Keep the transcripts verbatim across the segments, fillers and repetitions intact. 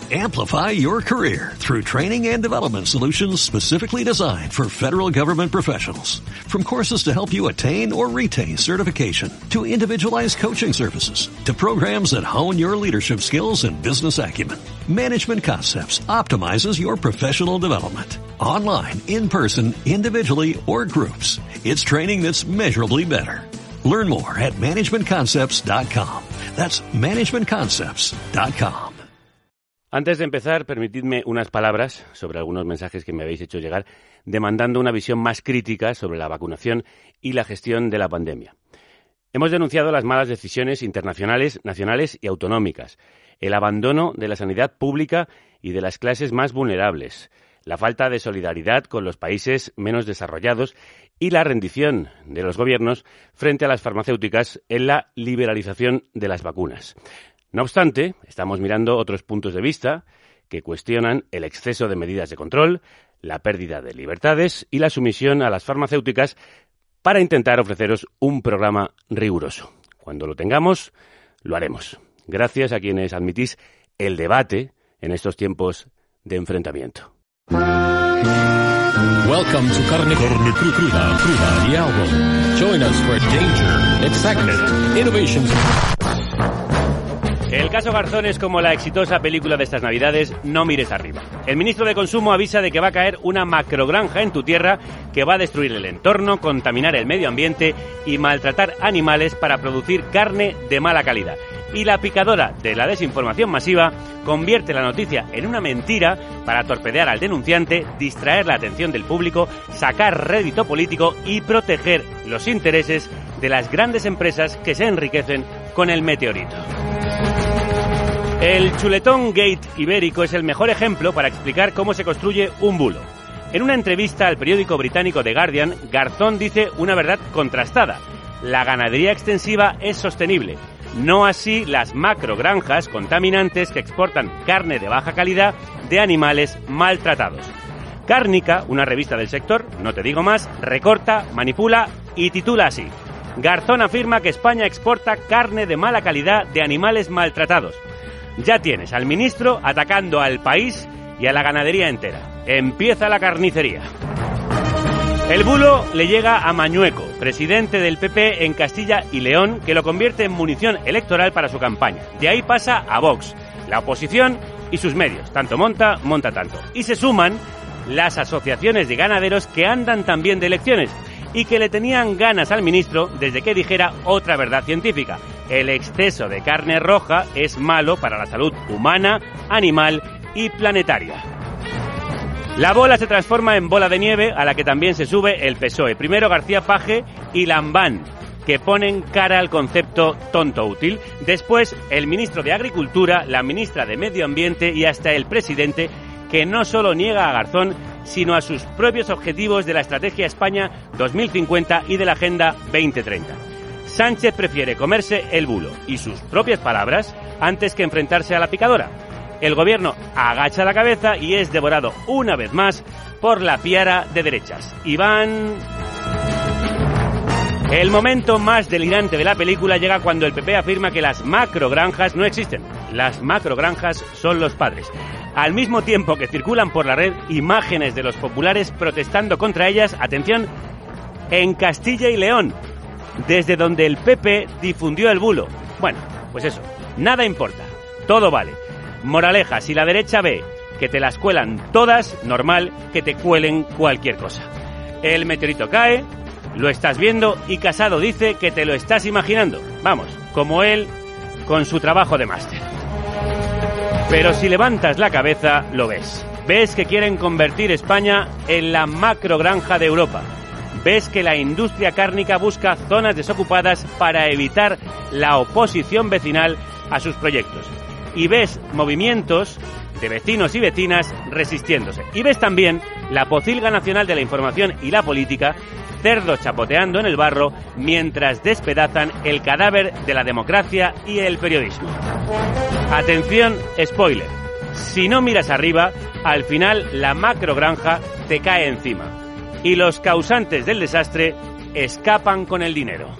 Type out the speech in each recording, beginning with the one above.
Amplify your career through training and development solutions specifically designed for federal government professionals. From courses to help you attain or retain certification, to individualized coaching services, to programs that hone your leadership skills and business acumen, Management Concepts optimizes your professional development. Online, in person, individually, or groups, it's training that's measurably better. Learn more at management concepts dot com. That's management concepts dot com. Antes de empezar, permitidme unas palabras sobre algunos mensajes que me habéis hecho llegar, demandando una visión más crítica sobre la vacunación y la gestión de la pandemia. Hemos denunciado las malas decisiones internacionales, nacionales y autonómicas, el abandono de la sanidad pública y de las clases más vulnerables, la falta de solidaridad con los países menos desarrollados y la rendición de los gobiernos frente a las farmacéuticas en la liberalización de las vacunas. No obstante, estamos mirando otros puntos de vista que cuestionan el exceso de medidas de control, la pérdida de libertades y la sumisión a las farmacéuticas para intentar ofreceros un programa riguroso. Cuando lo tengamos, lo haremos. Gracias a quienes admitís el debate en estos tiempos de enfrentamiento. Welcome to Carne, Carne Cruda, Cruda, the album. Join us for danger, excitement, innovations. El caso Garzón es como la exitosa película de estas navidades, No mires arriba. El ministro de Consumo avisa de que va a caer una macrogranja en tu tierra que va a destruir el entorno, contaminar el medio ambiente y maltratar animales para producir carne de mala calidad. Y la picadora de la desinformación masiva convierte la noticia en una mentira para torpedear al denunciante, distraer la atención del público, sacar rédito político y proteger los intereses de las grandes empresas que se enriquecen con el meteorito. El chuletón gate ibérico es el mejor ejemplo para explicar cómo se construye un bulo. En una entrevista al periódico británico The Guardian, Garzón dice una verdad contrastada. La ganadería extensiva es sostenible, no así las macrogranjas contaminantes que exportan carne de baja calidad de animales maltratados. Cárnica, una revista del sector, no te digo más, recorta, manipula y titula así: Garzón afirma que España exporta carne de mala calidad de animales maltratados. Ya tienes al ministro atacando al país y a la ganadería entera. Empieza la carnicería. El bulo le llega a Mañueco, presidente del P P en Castilla y León, que lo convierte en munición electoral para su campaña. De ahí pasa a Vox, la oposición y sus medios. Tanto monta, monta tanto. Y se suman las asociaciones de ganaderos que andan también de elecciones y que le tenían ganas al ministro desde que dijera otra verdad científica. El exceso de carne roja es malo para la salud humana, animal y planetaria. La bola se transforma en bola de nieve a la que también se sube el P S O E. Primero García Page y Lambán, que ponen cara al concepto tonto útil. Después el ministro de Agricultura, la ministra de Medio Ambiente y hasta el presidente, que no solo niega a Garzón, sino a sus propios objetivos de la Estrategia España dos mil cincuenta y de la Agenda veinte treinta. Sánchez prefiere comerse el bulo y sus propias palabras antes que enfrentarse a la picadora. El gobierno agacha la cabeza y es devorado una vez más por la piara de derechas. Iván... El momento más delirante de la película llega cuando el P P afirma que las macrogranjas no existen. Las macrogranjas son los padres. Al mismo tiempo que circulan por la red imágenes de los populares protestando contra ellas, atención, en Castilla y León, desde donde el P P difundió el bulo. Bueno, pues eso, nada importa, todo vale. Moraleja, si la derecha ve que te las cuelan todas, normal que te cuelen cualquier cosa. El meteorito cae, lo estás viendo y Casado dice que te lo estás imaginando. Vamos, como él con su trabajo de máster. Pero si levantas la cabeza, lo ves. Ves que quieren convertir España en la macrogranja de Europa. Ves que la industria cárnica busca zonas desocupadas para evitar la oposición vecinal a sus proyectos. Y ves movimientos de vecinos y vecinas resistiéndose. Y ves también la pocilga nacional de la información y la política, cerdos chapoteando en el barro mientras despedazan el cadáver de la democracia y el periodismo. Atención, spoiler. Si no miras arriba, al final la macrogranja te cae encima. Y los causantes del desastre escapan con el dinero.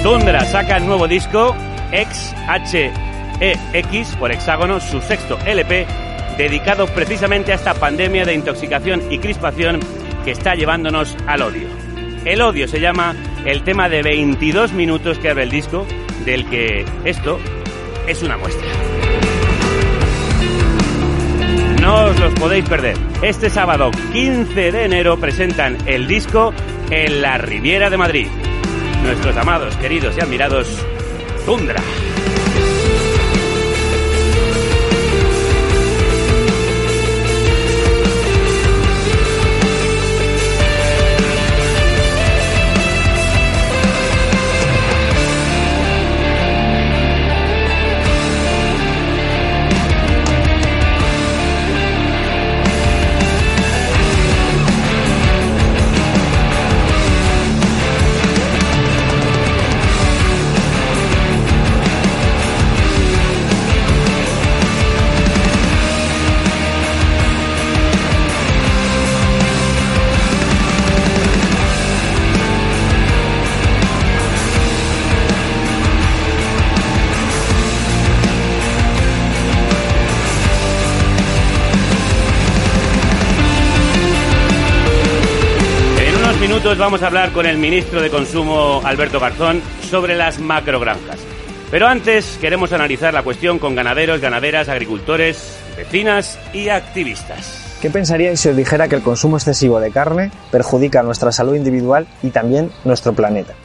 Tundra saca el nuevo disco X H E X por hexágono, su sexto L P, dedicado precisamente a esta pandemia de intoxicación y crispación que está llevándonos al odio. El odio se llama el tema de veintidós minutos que abre el disco, del que esto es una muestra. No os los podéis perder. Este sábado quince de enero presentan el disco en la Riviera de Madrid. Nuestros amados, queridos y admirados Tundra. Minutos vamos a hablar con el ministro de Consumo, Alberto Garzón, sobre las macrogranjas. Pero antes queremos analizar la cuestión con ganaderos, ganaderas, agricultores, vecinas y activistas. ¿Qué pensaríais si os dijera que el consumo excesivo de carne perjudica nuestra salud individual y también nuestro planeta?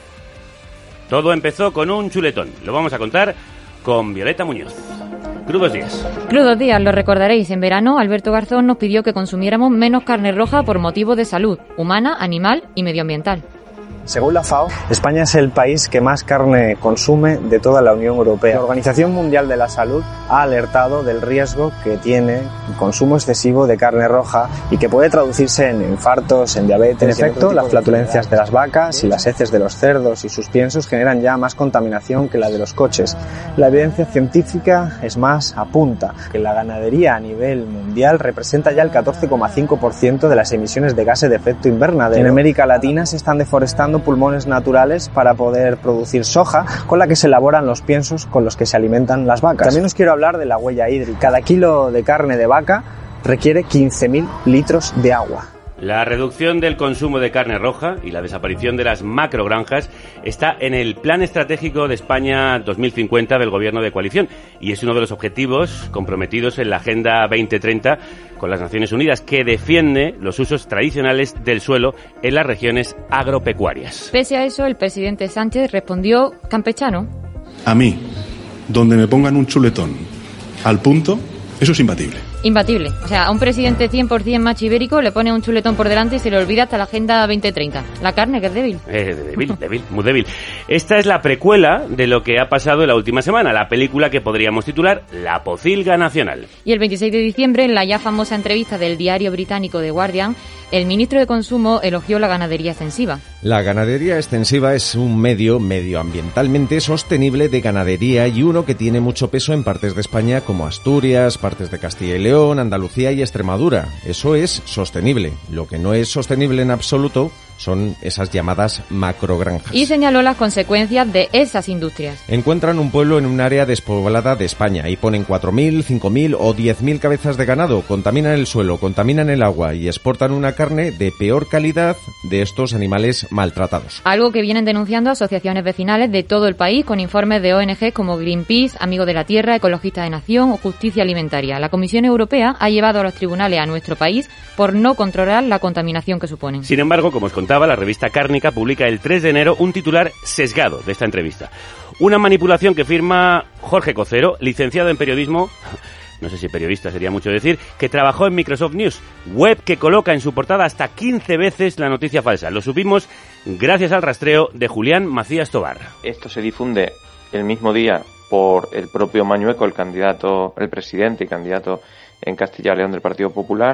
Todo empezó con un chuletón. Lo vamos a contar con Violeta Muñoz. Crudos días. Crudos días, lo recordaréis. En verano, Alberto Garzón nos pidió que consumiéramos menos carne roja por motivos de salud, humana, animal y medioambiental. Según la FAO, España es el país que más carne consume de toda la Unión Europea. La Organización Mundial de la Salud ha alertado del riesgo que tiene el consumo excesivo de carne roja y que puede traducirse en infartos, en diabetes. En efecto, las flatulencias de las vacas y las heces de los cerdos y sus piensos generan ya más contaminación que la de los coches. La evidencia científica, es más, apunta que la ganadería a nivel mundial representa ya el catorce coma cinco por ciento de las emisiones de gases de efecto invernadero. En América Latina se están deforestando pulmones naturales para poder producir soja con la que se elaboran los piensos con los que se alimentan las vacas. También os quiero hablar de la huella hídrica. Cada kilo de carne de vaca requiere quince mil litros de agua. La reducción del consumo de carne roja y la desaparición de las macrogranjas está en el Plan Estratégico de España dos mil cincuenta del Gobierno de coalición y es uno de los objetivos comprometidos en la Agenda veinte treinta con las Naciones Unidas, que defiende los usos tradicionales del suelo en las regiones agropecuarias. Pese a eso, el presidente Sánchez respondió campechano. A mí, donde me pongan un chuletón al punto, eso es imbatible. Imbatible. O sea, a un presidente cien por ciento macho ibérico le pone un chuletón por delante y se le olvida hasta la Agenda veinte treinta. La carne, que es débil. Eh, débil, débil, muy débil. Esta es la precuela de lo que ha pasado en la última semana, la película que podríamos titular La Pocilga Nacional. Y el veintiséis de diciembre, en la ya famosa entrevista del diario británico The Guardian, el ministro de Consumo elogió la ganadería extensiva. La ganadería extensiva es un medio medioambientalmente sostenible de ganadería y uno que tiene mucho peso en partes de España como Asturias, partes de Castilla y León, Andalucía y Extremadura. Eso es sostenible. Lo que no es sostenible en absoluto son esas llamadas macrogranjas. Y señaló las consecuencias de esas industrias. Encuentran un pueblo en un área despoblada de España y ponen cuatro mil, cinco mil o diez mil cabezas de ganado, contaminan el suelo, contaminan el agua y exportan una carne de peor calidad de estos animales maltratados. Algo que vienen denunciando asociaciones vecinales de todo el país con informes de O N G como Greenpeace, Amigos de la Tierra, Ecologistas de Nación o Justicia Alimentaria. La Comisión Europea ha llevado a los tribunales a nuestro país por no controlar la contaminación que suponen. Sin embargo, como os contaba, la revista Cárnica publica el tres de enero un titular sesgado de esta entrevista. Una manipulación que firma Jorge Cocero, licenciado en periodismo, no sé si periodista sería mucho decir, que trabajó en Microsoft News, web que coloca en su portada hasta quince veces la noticia falsa. Lo supimos gracias al rastreo de Julián Macías Tobar. Esto se difunde el mismo día por el propio Mañueco, el candidato, el presidente y candidato en Castilla y León del Partido Popular,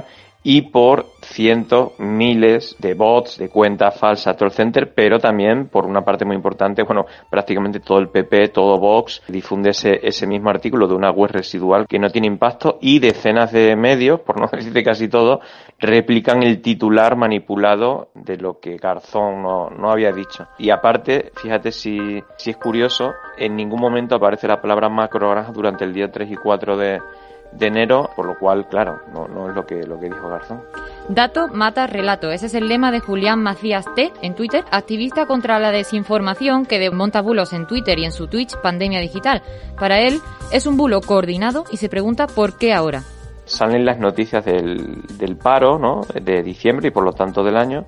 y por cientos, miles de bots, de cuentas falsas troll center, pero también por una parte muy importante, bueno, prácticamente todo el P P, todo Vox difunde ese, ese mismo artículo de una web residual que no tiene impacto, y decenas de medios, por no decir casi todo, replican el titular manipulado de lo que Garzón no, no había dicho. Y aparte, fíjate si, si es curioso, en ningún momento aparece la palabra macrogranja durante el día tres y cuatro de de enero, por lo cual, claro, no, no es lo que, lo que dijo Garzón. Dato mata relato. Ese es el lema de Julián Macías T. en Twitter, activista contra la desinformación que desmonta bulos en Twitter y en su Twitch Pandemia Digital. Para él, es un bulo coordinado y se pregunta por qué ahora. Salen las noticias del, del paro, ¿no?, de diciembre y por lo tanto del año,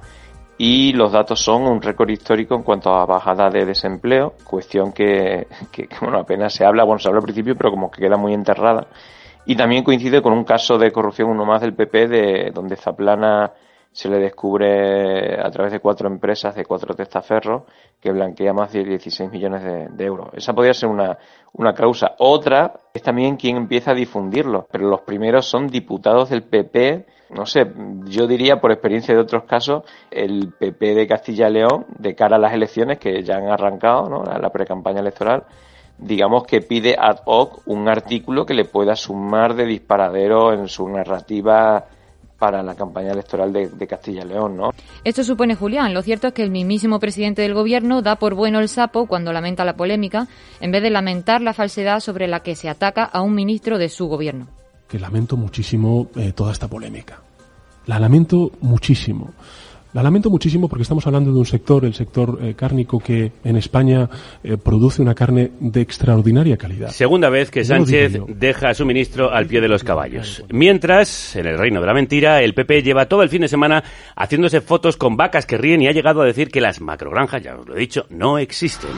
y los datos son un récord histórico en cuanto a bajada de desempleo, cuestión que, que, bueno, apenas se habla, bueno, se habla al principio, pero como que queda muy enterrada. Y también coincide con un caso de corrupción, uno más del P P, de donde Zaplana se le descubre a través de cuatro empresas, de cuatro testaferros, que blanquea más de dieciséis millones de, de euros. Esa podría ser una, una causa. Otra es también quien empieza a difundirlo, pero los primeros son diputados del P P. No sé, yo diría por experiencia de otros casos, el P P de Castilla y León, de cara a las elecciones que ya han arrancado, ¿no?, a la precampaña electoral, digamos que pide ad hoc un artículo que le pueda sumar de disparadero en su narrativa para la campaña electoral de, de Castilla y León, ¿no? Esto supone, Julián, lo cierto es que el mismísimo presidente del gobierno da por bueno el sapo cuando lamenta la polémica, en vez de lamentar la falsedad sobre la que se ataca a un ministro de su gobierno. Que lamento muchísimo eh, toda esta polémica. La lamento muchísimo. La lamento muchísimo porque estamos hablando de un sector, el sector eh, cárnico, que en España eh, produce una carne de extraordinaria calidad. Segunda vez que Sánchez deja a su ministro al pie de los caballos. Mientras, en el reino de la mentira, el P P lleva todo el fin de semana haciéndose fotos con vacas que ríen y ha llegado a decir que las macrogranjas, ya os lo he dicho, no existen.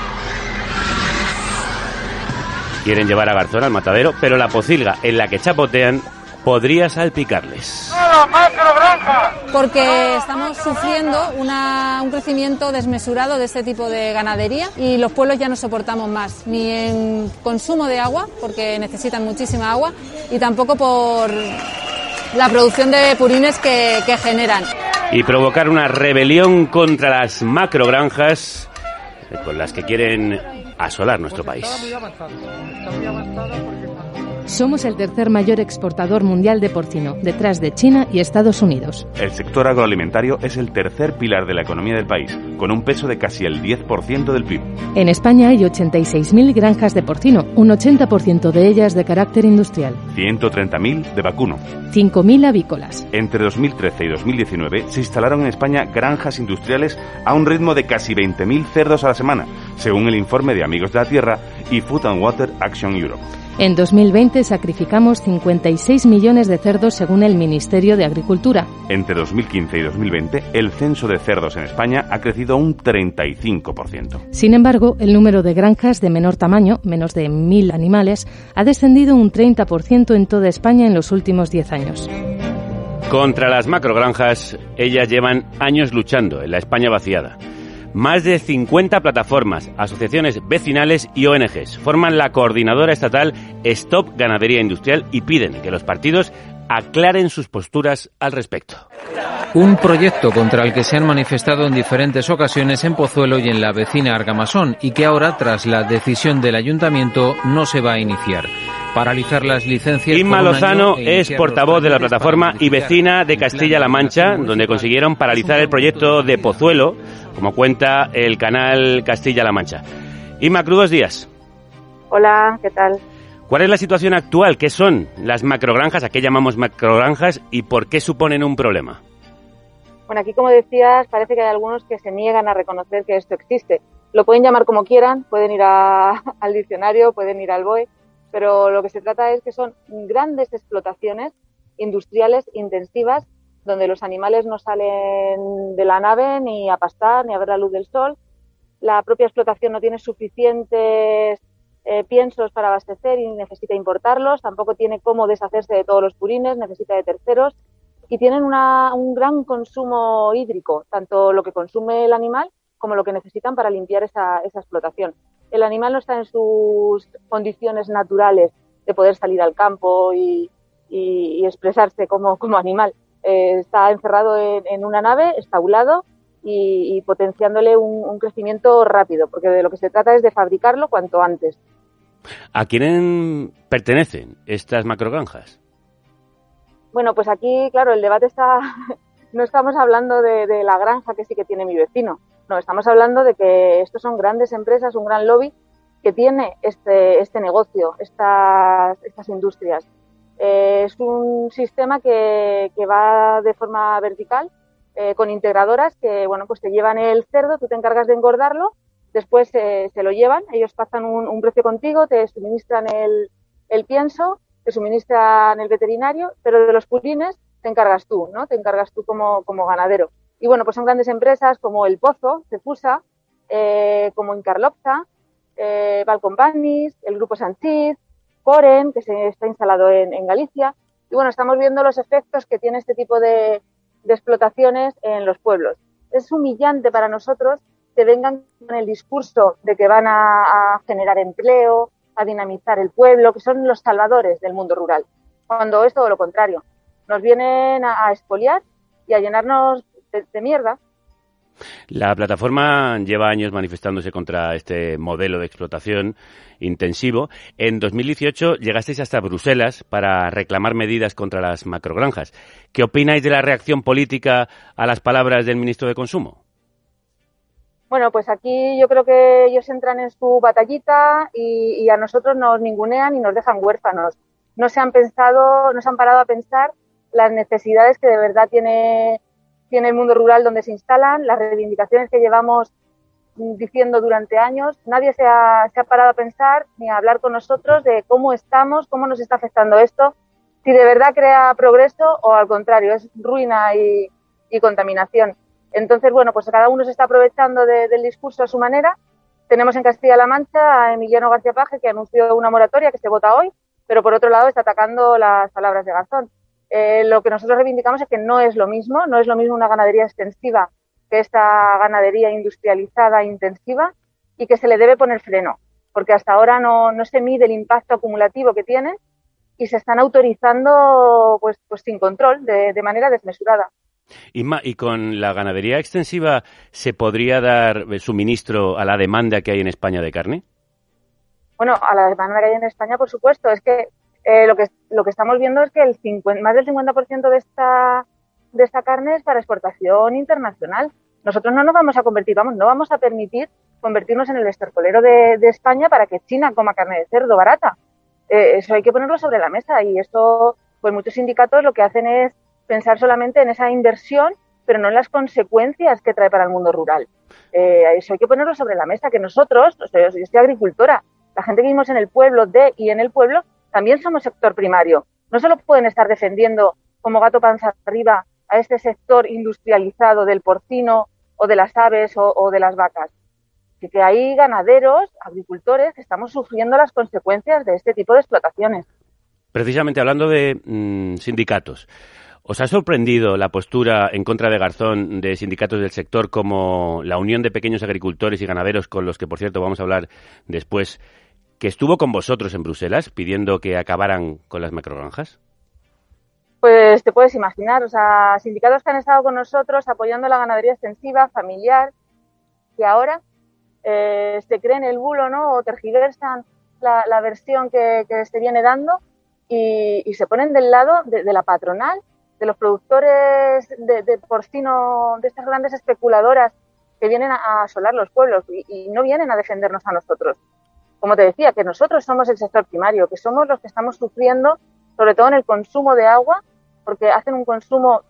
Quieren llevar a Garzón al matadero, pero la pocilga en la que chapotean podría salpicarles. Porque estamos sufriendo una, un crecimiento desmesurado de este tipo de ganadería y los pueblos ya no soportamos más, ni en consumo de agua, porque necesitan muchísima agua, y tampoco por la producción de purines que, que generan. Y provocar una rebelión contra las macrogranjas con las que quieren asolar nuestro país. Somos el tercer mayor exportador mundial de porcino, detrás de China y Estados Unidos. El sector agroalimentario es el tercer pilar de la economía del país, con un peso de casi el diez por ciento del P I B. En España hay ochenta y seis mil granjas de porcino, un ochenta por ciento de ellas de carácter industrial. ciento treinta mil de vacuno. cinco mil avícolas. Entre dos mil trece y dos mil diecinueve se instalaron en España granjas industriales a un ritmo de casi veinte mil cerdos a la semana, según el informe de Amigos de la Tierra y Food and Water Action Europe. En dos mil veinte sacrificamos cincuenta y seis millones de cerdos según el Ministerio de Agricultura. Entre dos mil quince y dos mil veinte, el censo de cerdos en España ha crecido un treinta y cinco por ciento. Sin embargo, el número de granjas de menor tamaño, menos de mil animales, ha descendido un treinta por ciento en toda España en los últimos diez años. Contra las macrogranjas, ellas llevan años luchando en la España vaciada. Más de cincuenta plataformas, asociaciones vecinales y O N Ges forman la coordinadora estatal Stop Ganadería Industrial y piden que los partidos aclaren sus posturas al respecto. Un proyecto contra el que se han manifestado en diferentes ocasiones en Pozuelo y en la vecina Argamasón y que ahora, tras la decisión del ayuntamiento, no se va a iniciar. Paralizar las licencias. Inma Lozano es portavoz de la plataforma y vecina de Castilla-La Mancha, donde consiguieron paralizar el proyecto de Pozuelo, como cuenta el canal Castilla-La Mancha. Inma, crudos días. Hola, ¿qué tal? ¿Cuál es la situación actual? ¿Qué son las macrogranjas? ¿A qué llamamos macrogranjas? ¿Y por qué suponen un problema? Bueno, aquí, como decías, parece que hay algunos que se niegan a reconocer que esto existe. Lo pueden llamar como quieran, pueden ir a, al diccionario, pueden ir al B O E, pero lo que se trata es que son grandes explotaciones industriales intensivas donde los animales no salen de la nave ni a pastar ni a ver la luz del sol. La propia explotación no tiene suficientes eh, piensos para abastecer y necesita importarlos. Tampoco tiene cómo deshacerse de todos los purines, necesita de terceros. Y tienen una, un gran consumo hídrico, tanto lo que consume el animal como lo que necesitan para limpiar esa, esa explotación. El animal no está en sus condiciones naturales de poder salir al campo y, y, y expresarse como, como animal. eh, está encerrado en, en una nave, estaulado y, y potenciándole un, un crecimiento rápido, porque de lo que se trata es de fabricarlo cuanto antes. ¿A quién pertenecen estas macrogranjas? Bueno, pues aquí, claro, el debate está... No estamos hablando de, de la granja que sí que tiene mi vecino. No, estamos hablando de que estos son grandes empresas, un gran lobby que tiene este, este negocio, estas, estas industrias. Eh, es un sistema que, que va de forma vertical, eh, con integradoras que, bueno, pues te llevan el cerdo, tú te encargas de engordarlo, después eh, se lo llevan, ellos pactan un, un precio contigo, te suministran el, el pienso, te suministran el veterinario, pero de los purines te encargas tú, ¿no? Te encargas tú como, como ganadero. Y bueno, pues son grandes empresas como El Pozo, Cefusa, eh, como Incarlopta, eh, Valcompanis, el Grupo Sanchis, Coren, que se está instalado en, en Galicia. Y bueno, estamos viendo los efectos que tiene este tipo de, de explotaciones en los pueblos. Es humillante para nosotros que vengan con el discurso de que van a, a generar empleo, a dinamizar el pueblo, que son los salvadores del mundo rural, cuando es todo lo contrario. Nos vienen a, a expoliar y a llenarnos de, de mierda. La plataforma lleva años manifestándose contra este modelo de explotación intensivo. En dos mil dieciocho llegasteis hasta Bruselas para reclamar medidas contra las macrogranjas. ¿Qué opináis de la reacción política a las palabras del ministro de Consumo? Bueno, pues aquí yo creo que ellos entran en su batallita y, y a nosotros nos ningunean y nos dejan huérfanos. No se han pensado, no se han parado a pensar las necesidades que de verdad tiene, tiene el mundo rural donde se instalan, las reivindicaciones que llevamos diciendo durante años. Nadie se ha, se ha parado a pensar ni a hablar con nosotros de cómo estamos, cómo nos está afectando esto, si de verdad crea progreso o al contrario, es ruina y, y contaminación. Entonces, bueno, pues cada uno se está aprovechando de, del discurso a su manera. Tenemos en Castilla-La Mancha a Emiliano García Paje, que anunció una moratoria que se vota hoy, pero por otro lado está atacando las palabras de Garzón. Eh, lo que nosotros reivindicamos es que no es lo mismo, no es lo mismo una ganadería extensiva que esta ganadería industrializada intensiva y que se le debe poner freno, porque hasta ahora no, no se mide el impacto acumulativo que tiene y se están autorizando pues, pues sin control, de, de manera desmesurada. Inma, ¿y con la ganadería extensiva se podría dar suministro a la demanda que hay en España de carne? Bueno, a la demanda que hay en España, por supuesto. Es que eh, lo que lo que estamos viendo es que el cincuenta, más del cincuenta por ciento de esta de esta carne es para exportación internacional. Nosotros no nos vamos a convertir, vamos, no vamos a permitir convertirnos en el estercolero de, de España para que China coma carne de cerdo barata. Eh, eso hay que ponerlo sobre la mesa y esto, pues muchos sindicatos lo que hacen es pensar solamente en esa inversión, pero no en las consecuencias que trae para el mundo rural. Eh, eso hay que ponerlo sobre la mesa, que nosotros, o sea, yo soy agricultora, la gente que vivimos en el pueblo, de y en el pueblo, también somos sector primario. No solo pueden estar defendiendo como gato panza arriba a este sector industrializado del porcino o de las aves o, o de las vacas. Así que hay ganaderos, agricultores, que estamos sufriendo las consecuencias de este tipo de explotaciones. Precisamente hablando de mmm, sindicatos, ¿os ha sorprendido la postura en contra de Garzón de sindicatos del sector como la Unión de Pequeños Agricultores y Ganaderos, con los que, por cierto, vamos a hablar después, que estuvo con vosotros en Bruselas pidiendo que acabaran con las macrogranjas? Pues te puedes imaginar, o sea, sindicatos que han estado con nosotros apoyando la ganadería extensiva, familiar, y ahora eh, se creen el bulo, ¿no? O tergiversan la, la versión que, que se viene dando y, y se ponen del lado de, de la patronal, de los productores de, de porcino, de estas grandes especuladoras que vienen a, a asolar los pueblos y, y no vienen a defendernos a nosotros. Como te decía, que nosotros somos el sector primario, que somos los que estamos sufriendo, sobre todo en el consumo de agua, porque hacen un consumo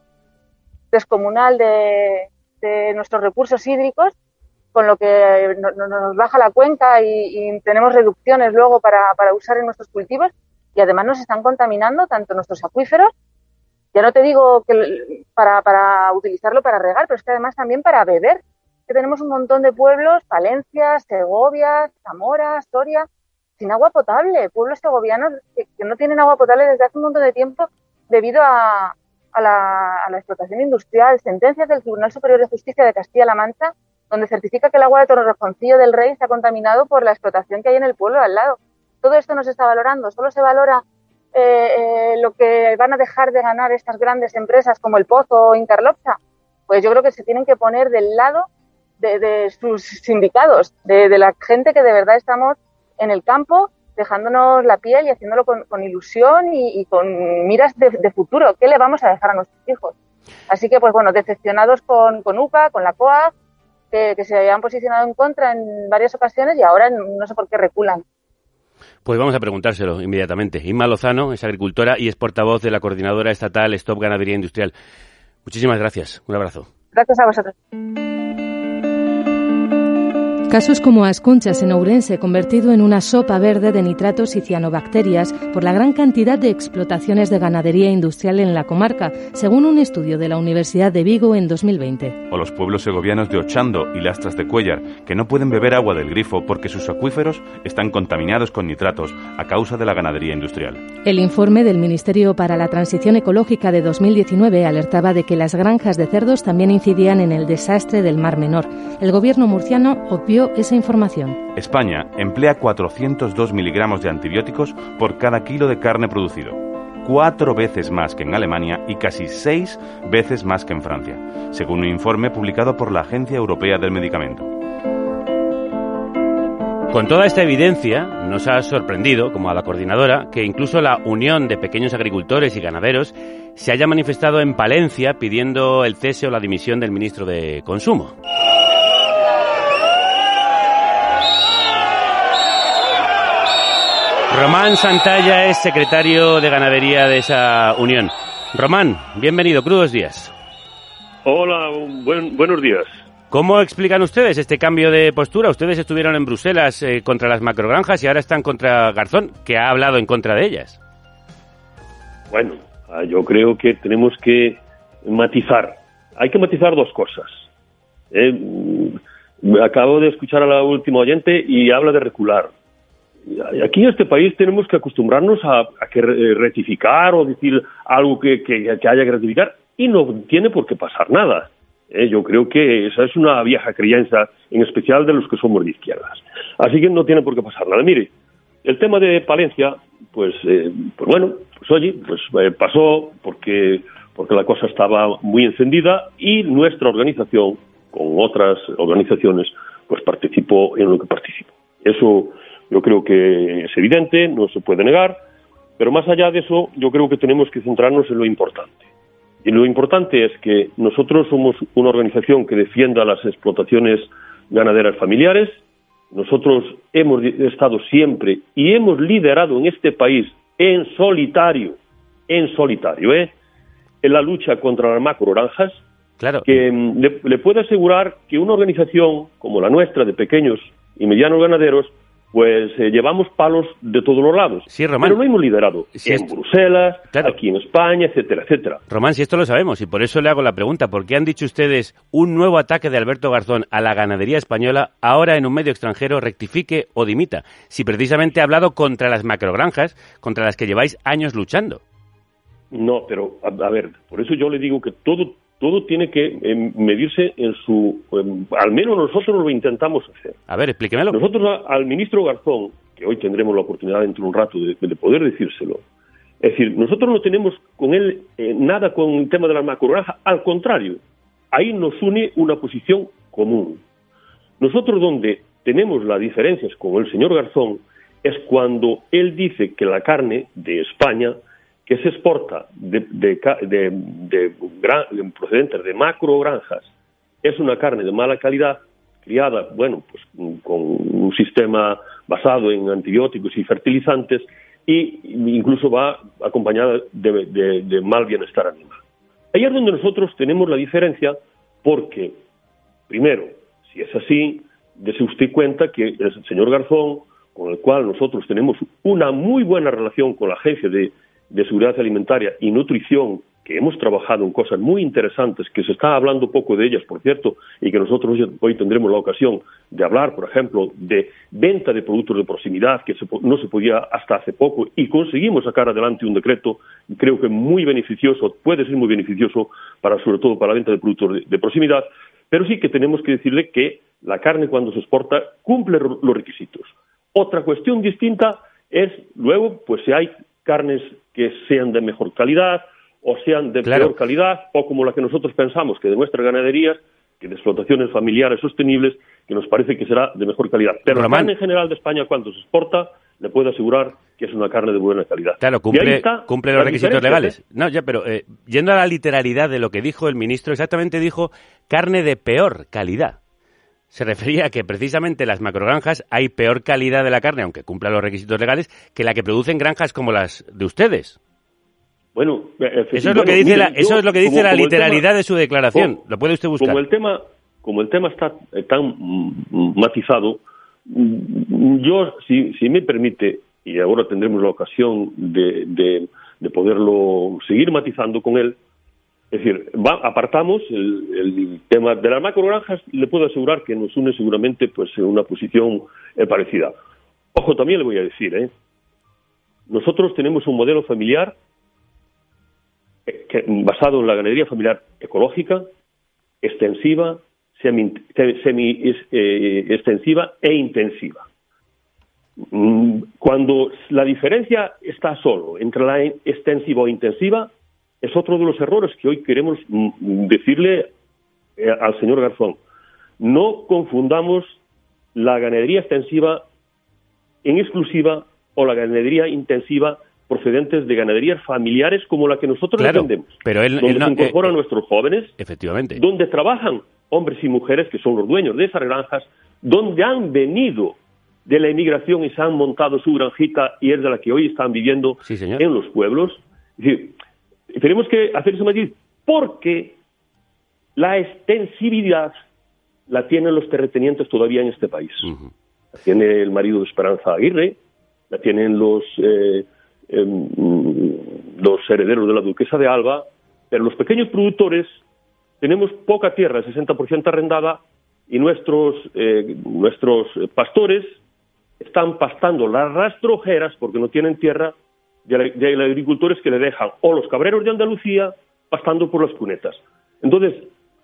descomunal de, de nuestros recursos hídricos, con lo que no, no, nos baja la cuenca y, y tenemos reducciones luego para, para usar en nuestros cultivos, y además nos están contaminando tanto nuestros acuíferos. Ya no te digo que para, para utilizarlo para regar, pero es que además también para beber. Que tenemos un montón de pueblos, Palencia, Segovia, Zamora, Soria, sin agua potable. Pueblos segovianos que, que no tienen agua potable desde hace un montón de tiempo debido a, a, la, a la explotación industrial. Sentencias del Tribunal Superior de Justicia de Castilla-La Mancha, donde certifica que el agua de Torrejoncillo del Rey está contaminado por la explotación que hay en el pueblo de al lado. Todo esto no se está valorando, solo se valora eh, eh, lo que van a dejar de ganar estas grandes empresas como El Pozo o Incarlopsa? Pues yo creo que se tienen que poner del lado de, de sus sindicados, de, de la gente que de verdad estamos en el campo, dejándonos la piel y haciéndolo con, con ilusión y, y con miras de, de futuro. ¿Qué le vamos a dejar a nuestros hijos? Así que, pues bueno, decepcionados con, con U C A, con la COAG, que, que se habían posicionado en contra en varias ocasiones y ahora no sé por qué reculan. Pues vamos a preguntárselo inmediatamente. Inma Lozano es agricultora y es portavoz de la coordinadora estatal Stop Ganadería Industrial. Muchísimas gracias. Un abrazo. Gracias a vosotros. Casos como As Conchas en Ourense, convertido en una sopa verde de nitratos y cianobacterias por la gran cantidad de explotaciones de ganadería industrial en la comarca, según un estudio de la Universidad de Vigo en dos mil veinte. O los pueblos segovianos de Ochando y Lastras de Cuéllar, que no pueden beber agua del grifo porque sus acuíferos están contaminados con nitratos a causa de la ganadería industrial. El informe del Ministerio para la Transición Ecológica de dos mil diecinueve alertaba de que las granjas de cerdos también incidían en el desastre del Mar Menor. El gobierno murciano obvió esa información. España emplea cuatrocientos dos miligramos de antibióticos por cada kilo de carne producido, cuatro veces más que en Alemania y casi seis veces más que en Francia, según un informe publicado por la Agencia Europea del Medicamento. Con toda esta evidencia, nos ha sorprendido, como a la coordinadora, que incluso la Unión de Pequeños Agricultores y Ganaderos se haya manifestado en Palencia pidiendo el cese o la dimisión del ministro de Consumo. Román Santalla es secretario de Ganadería de esa unión. Román, bienvenido, crudos días. Hola, buen, buenos días. ¿Cómo explican ustedes este cambio de postura? Ustedes estuvieron en Bruselas eh, contra las macrogranjas y ahora están contra Garzón, que ha hablado en contra de ellas. Bueno, yo creo que tenemos que matizar. Hay que matizar dos cosas. Eh, acabo de escuchar a la última oyente y habla de recular. Aquí en este país tenemos que acostumbrarnos a, a que rectificar o decir algo que, que, que haya que rectificar y no tiene por qué pasar nada. Eh, yo creo que esa es una vieja crianza, en especial de los que somos de izquierdas. Así que no tiene por qué pasar nada. Mire, el tema de Palencia, pues, eh, pues bueno, pues oye, pues eh, pasó porque, porque la cosa estaba muy encendida y nuestra organización, con otras organizaciones, pues participó en lo que participó. Eso yo creo que es evidente, no se puede negar, pero más allá de eso, yo creo que tenemos que centrarnos en lo importante. Y lo importante es que nosotros somos una organización que defienda las explotaciones ganaderas familiares. Nosotros hemos estado siempre y hemos liderado en este país en solitario, en solitario, ¿eh? en la lucha contra las macrogranjas. Claro. Que le, le puedo asegurar que una organización como la nuestra, de pequeños y medianos ganaderos, pues eh, llevamos palos de todos los lados. Sí, Román. Pero no hemos liderado Sí, en esto... Bruselas, claro. aquí en España, etcétera, etcétera. Román, si esto lo sabemos, y por eso le hago la pregunta, ¿por qué han dicho ustedes un nuevo ataque de Alberto Garzón a la ganadería española ahora en un medio extranjero rectifique o dimita? Si precisamente ha hablado contra las macrogranjas, contra las que lleváis años luchando. No, pero, a, a ver, por eso yo le digo que todo... Todo tiene que eh, medirse en su... Eh, al menos nosotros lo intentamos hacer. A ver, explíquemelo. Nosotros a, al ministro Garzón, que hoy tendremos la oportunidad dentro de un rato de, de poder decírselo, es decir, nosotros no tenemos con él eh, nada con el tema de la macrogranja, al contrario, ahí nos une una posición común. Nosotros donde tenemos las diferencias con el señor Garzón es cuando él dice que la carne de España que se exporta de, de, de, de, de procedentes de macrogranjas es una carne de mala calidad, criada, bueno, pues con un sistema basado en antibióticos y fertilizantes e incluso va acompañada de, de, de mal bienestar animal. Ahí es donde nosotros tenemos la diferencia porque, primero, si es así, dése usted cuenta que el señor Garzón, con el cual nosotros tenemos una muy buena relación con la Agencia de de Seguridad Alimentaria y Nutrición, que hemos trabajado en cosas muy interesantes, que se está hablando poco de ellas, por cierto, y que nosotros hoy tendremos la ocasión de hablar, por ejemplo, de venta de productos de proximidad, que se, no se podía hasta hace poco, y conseguimos sacar adelante un decreto, creo que muy beneficioso, puede ser muy beneficioso, para sobre todo para la venta de productos de, de proximidad, pero sí que tenemos que decirle que la carne cuando se exporta cumple los requisitos. Otra cuestión distinta es, luego, pues si hay carnes que sean de mejor calidad o sean de claro. peor calidad, o como la que nosotros pensamos que de nuestras ganaderías, que de explotaciones familiares sostenibles, que nos parece que será de mejor calidad. Pero Román, la carne en general de España, cuando se exporta, le puedo asegurar que es una carne de buena calidad. Claro, cumple, cumple los requisitos legales. ¿eh? No, ya, pero eh, yendo a la literalidad de lo que dijo el ministro, exactamente dijo carne de peor calidad. Se refería a que precisamente las macrogranjas hay peor calidad de la carne, aunque cumpla los requisitos legales, que la que producen granjas como las de ustedes. Bueno, eso es lo que dice mire, la, eso yo, es lo que dice como, la como literalidad tema, de su declaración. Como, lo puede usted buscar. Como el tema, como el tema está tan matizado, yo, si, si me permite, y ahora tendremos la ocasión de, de, de poderlo seguir matizando con él, es decir, va, apartamos el, el tema de las macrogranjas, le puedo asegurar que nos une seguramente pues en una posición eh, parecida. Ojo, también le voy a decir, ¿eh? nosotros tenemos un modelo familiar que, basado en la ganadería familiar ecológica, extensiva, semi, semi eh, extensiva e intensiva. Cuando la diferencia está solo entre la extensiva o intensiva, es otro de los errores que hoy queremos decirle eh, al señor Garzón. No confundamos la ganadería extensiva en exclusiva o la ganadería intensiva procedentes de ganaderías familiares como la que nosotros claro, defendemos, pero él, donde él no, se incorporan eh, nuestros jóvenes, efectivamente, donde trabajan hombres y mujeres que son los dueños de esas granjas, donde han venido de la emigración y se han montado su granjita y es de la que hoy están viviendo sí, señor. en los pueblos. Es decir, tenemos que hacer ese matiz porque la extensividad la tienen los terratenientes todavía en este país. Uh-huh. La tiene el marido de Esperanza Aguirre, la tienen los eh, eh, los herederos de la duquesa de Alba, pero los pequeños productores tenemos poca tierra, sesenta por ciento arrendada, y nuestros eh, nuestros pastores están pastando las rastrojeras porque no tienen tierra de, la, de los agricultores que le dejan, o los cabreros de Andalucía pastando por las cunetas. Entonces,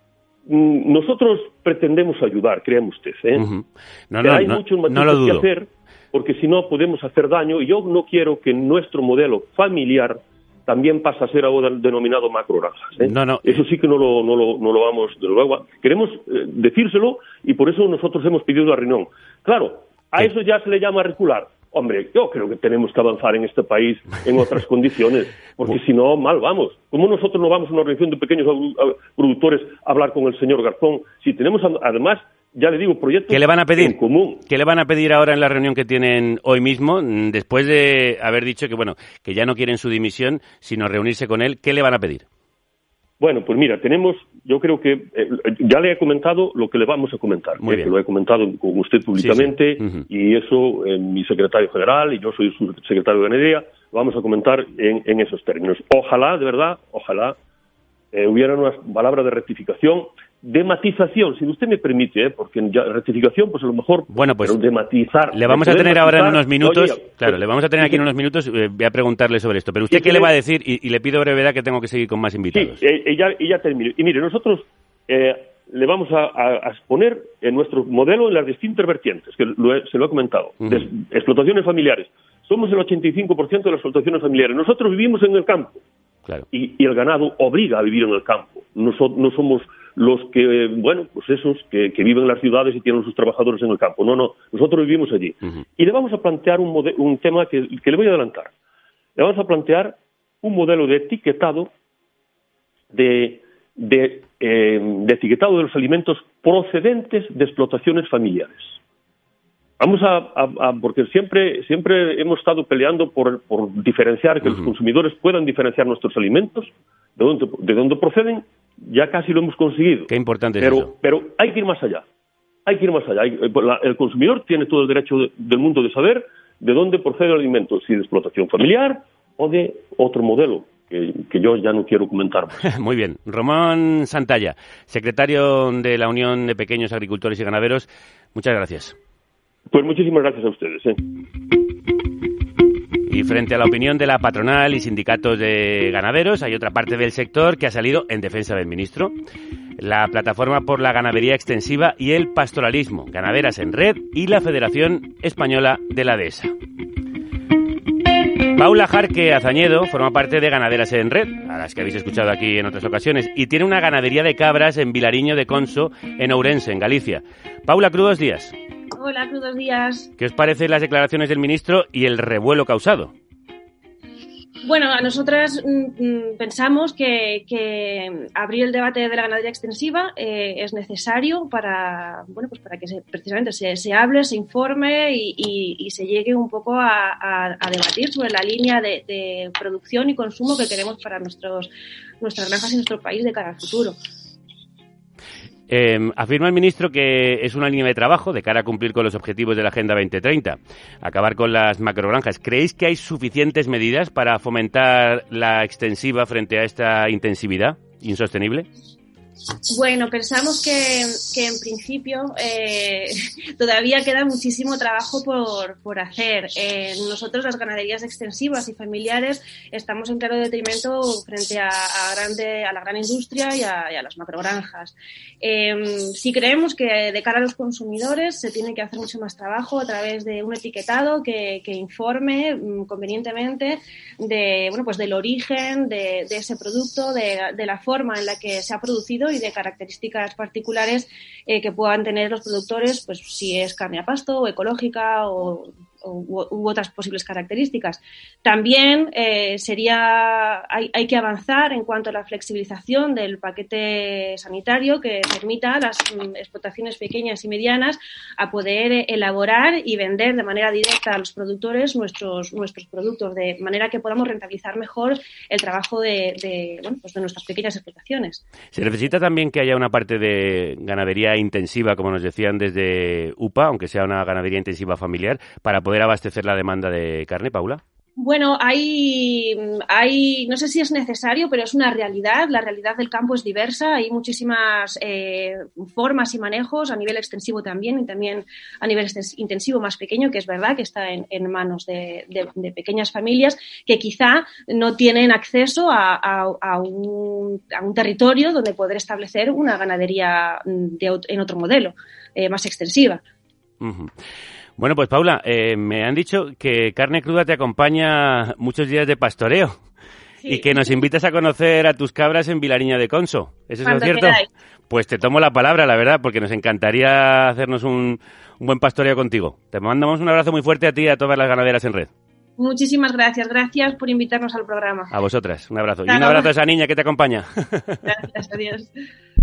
mmm, nosotros pretendemos ayudar, créame usted, ¿eh? Uh-huh. no, no, hay no, muchos matices no lo dudo. que hacer, porque si no podemos hacer daño, y yo no quiero que nuestro modelo familiar también pase a ser ahora denominado macrogranjas, ¿eh? No, no. Eso sí que no lo, no lo, no lo vamos, de luego, queremos eh, decírselo, y por eso nosotros hemos pedido la reunión. Claro, a ¿Qué? eso ya se le llama recular. Hombre, yo creo que tenemos que avanzar en este país en otras condiciones, porque si no, mal vamos. ¿Cómo nosotros no vamos a una organización de pequeños productores a hablar con el señor Garzón? Si tenemos, además, ya le digo, proyectos ¿Qué le van a pedir? en común. ¿Qué le van a pedir ahora en la reunión que tienen hoy mismo, después de haber dicho que, bueno, que ya no quieren su dimisión, sino reunirse con él? ¿Qué le van a pedir? Bueno, pues mira, tenemos, yo creo que eh, ya le he comentado lo que le vamos a comentar, Muy eh, bien. que lo he comentado con usted públicamente, sí, sí. Uh-huh. y eso eh, mi secretario general y yo soy su secretario de ganadería, lo vamos a comentar en, en esos términos. Ojalá, de verdad, ojalá eh, hubiera una palabra de rectificación, de matización, si usted me permite, ¿eh? porque ya rectificación, pues a lo mejor, bueno, pues pero de matizar. Le vamos de a tener matizar, ahora en unos minutos, oye, claro, le vamos a tener aquí en unos minutos, eh, voy a preguntarle sobre esto. Pero usted, ¿qué le va a decir? Y, y le pido brevedad, que tengo que seguir con más invitados. Sí, eh, y, ya, y ya termino. Y mire, nosotros eh, le vamos a, a, a exponer en nuestro modelo en las distintas vertientes, que lo he, se lo he comentado, uh-huh. de explotaciones familiares. Somos el ochenta y cinco por ciento de las explotaciones familiares. Nosotros vivimos en el campo. Claro. Y, y el ganado obliga a vivir en el campo. No, so, no somos los que, bueno, pues esos que, que viven en las ciudades y tienen sus trabajadores en el campo. No, no, nosotros vivimos allí. Uh-huh. Y le vamos a plantear un, mode- un tema que, que le voy a adelantar. Le vamos a plantear un modelo de etiquetado de, de, eh, de etiquetado de los alimentos procedentes de explotaciones familiares. Vamos a, a, a porque siempre siempre hemos estado peleando por, por diferenciar, que uh-huh. los consumidores puedan diferenciar nuestros alimentos, de dónde, de dónde proceden. Ya casi lo hemos conseguido. Qué importante es pero, eso. Pero hay que ir más allá. Hay que ir más allá. Hay, la, el consumidor tiene todo el derecho de, del mundo de saber de dónde procede el alimento, si de explotación familiar o de otro modelo, que, que yo ya no quiero comentar más. Muy bien. Román Santalla, secretario de la Unión de Pequeños Agricultores y Ganaderos, muchas gracias. Pues muchísimas gracias a ustedes. ¿eh? Y frente a la opinión de la patronal y sindicatos de ganaderos, hay otra parte del sector que ha salido en defensa del ministro. La Plataforma por la Ganadería Extensiva y el Pastoralismo, Ganaderas en Red y la Federación Española de la Dehesa. Paula Jarque Azañedo forma parte de Ganaderas en Red, a las que habéis escuchado aquí en otras ocasiones, y tiene una ganadería de cabras en Vilariño de Conso, en Ourense, en Galicia. Paula, crudos días. Hola, crudos días. ¿Qué os parecen las declaraciones del ministro y el revuelo causado? Bueno, a nosotras mm, pensamos que, que abrir el debate de la ganadería extensiva eh, es necesario para, bueno, pues para que se, precisamente se, se hable, se informe y, y, y se llegue un poco a, a, a debatir sobre la línea de, de producción y consumo que queremos para nuestros, nuestras granjas y nuestro país de cara al futuro. Eh, afirma el ministro que es una línea de trabajo de cara a cumplir con los objetivos de la Agenda veinte treinta, acabar con las macrogranjas. ¿Creéis que hay suficientes medidas para fomentar la extensiva frente a esta intensividad insostenible? Bueno, pensamos que, que en principio eh, todavía queda muchísimo trabajo por, por hacer. Eh, nosotros, las ganaderías extensivas y familiares, estamos en claro detrimento frente a, a, grande, a la gran industria y a, y a las macrogranjas. Eh, sí creemos que de cara a los consumidores se tiene que hacer mucho más trabajo a través de un etiquetado que, que informe mm, convenientemente de, bueno, pues del origen de, de ese producto, de, de la forma en la que se ha producido y de características particulares eh, que puedan tener los productores, pues si es carne a pasto o ecológica o U, u otras posibles características. También eh, sería hay, hay que avanzar en cuanto a la flexibilización del paquete sanitario que permita a las mm, explotaciones pequeñas y medianas a poder eh, elaborar y vender de manera directa a los productores nuestros nuestros productos, de manera que podamos rentabilizar mejor el trabajo de, de, bueno, pues de nuestras pequeñas explotaciones. Se necesita también que haya una parte de ganadería intensiva, como nos decían desde U P A, aunque sea una ganadería intensiva familiar, para poder poder abastecer la demanda de carne, Paula. Bueno, hay, hay, no sé si es necesario, pero es una realidad. La realidad del campo es diversa. Hay muchísimas eh, formas y manejos a nivel extensivo también y también a nivel intensivo más pequeño, que es verdad que está en, en manos de, de, de pequeñas familias que quizá no tienen acceso a, a, a, un, a un territorio donde poder establecer una ganadería de, en otro modelo, eh, más extensiva. Uh-huh. Bueno, pues Paula, eh, me han dicho que Carne Cruda te acompaña muchos días de pastoreo sí. y que nos invitas a conocer a tus cabras en Vilariño de Conso. ¿Eso es lo cierto? Queráis. Pues te tomo la palabra, la verdad, porque nos encantaría hacernos un, un buen pastoreo contigo. Te mandamos un abrazo muy fuerte a ti y a todas las ganaderas en red. Muchísimas gracias. Gracias por invitarnos al programa. A vosotras, un abrazo. Claro. Y un abrazo a esa niña que te acompaña. Gracias, adiós.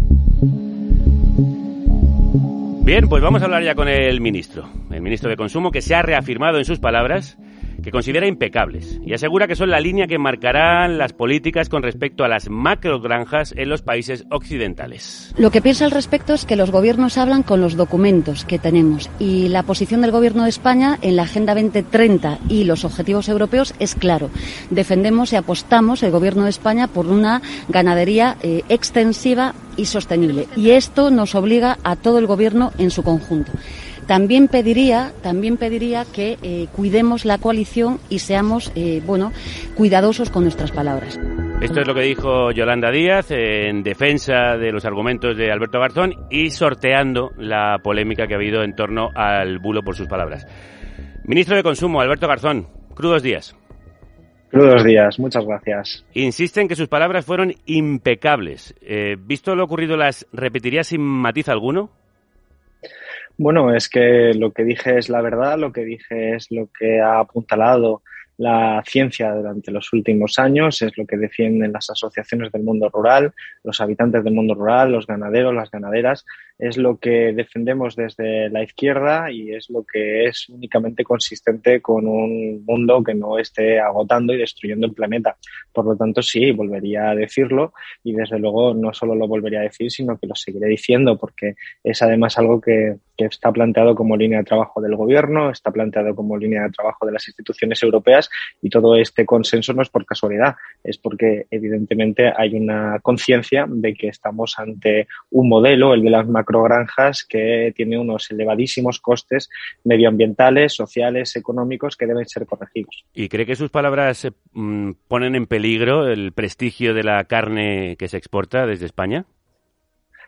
Bien, pues vamos a hablar ya con el ministro, el ministro de Consumo, que se ha reafirmado en sus palabras que considera impecables y asegura que son la línea que marcarán las políticas con respecto a las macrogranjas en los países occidentales. Lo que pienso al respecto es que los gobiernos hablan con los documentos que tenemos y la posición del Gobierno de España en la Agenda veinte treinta y los objetivos europeos es claro. Defendemos y apostamos, el Gobierno de España, por una ganadería eh, extensiva y sostenible. Y esto nos obliga a todo el Gobierno en su conjunto. También pediría, también pediría que eh, cuidemos la coalición y seamos, eh, bueno, cuidadosos con nuestras palabras. Esto es lo que dijo Yolanda Díaz en defensa de los argumentos de Alberto Garzón y sorteando la polémica que ha habido en torno al bulo por sus palabras. Ministro de Consumo, Alberto Garzón, crudos días. Crudos días, muchas gracias. Insiste en que sus palabras fueron impecables. Eh, ¿Visto lo ocurrido, las repetiría sin matiz alguno? Bueno, es que lo que dije es la verdad, lo que dije es lo que ha apuntalado la ciencia durante los últimos años, es lo que defienden las asociaciones del mundo rural, los habitantes del mundo rural, los ganaderos, las ganaderas, es lo que defendemos desde la izquierda y es lo que es únicamente consistente con un mundo que no esté agotando y destruyendo el planeta. Por lo tanto, sí, volvería a decirlo y desde luego no solo lo volvería a decir, sino que lo seguiré diciendo porque es además algo que, que está planteado como línea de trabajo del gobierno, está planteado como línea de trabajo de las instituciones europeas y todo este consenso no es por casualidad, es porque evidentemente hay una conciencia de que estamos ante un modelo, el de las macrogranjas, que tiene unos elevadísimos costes medioambientales, sociales, económicos que deben ser corregidos. ¿Y cree que sus palabras eh, ponen en peligro el prestigio de la carne que se exporta desde España?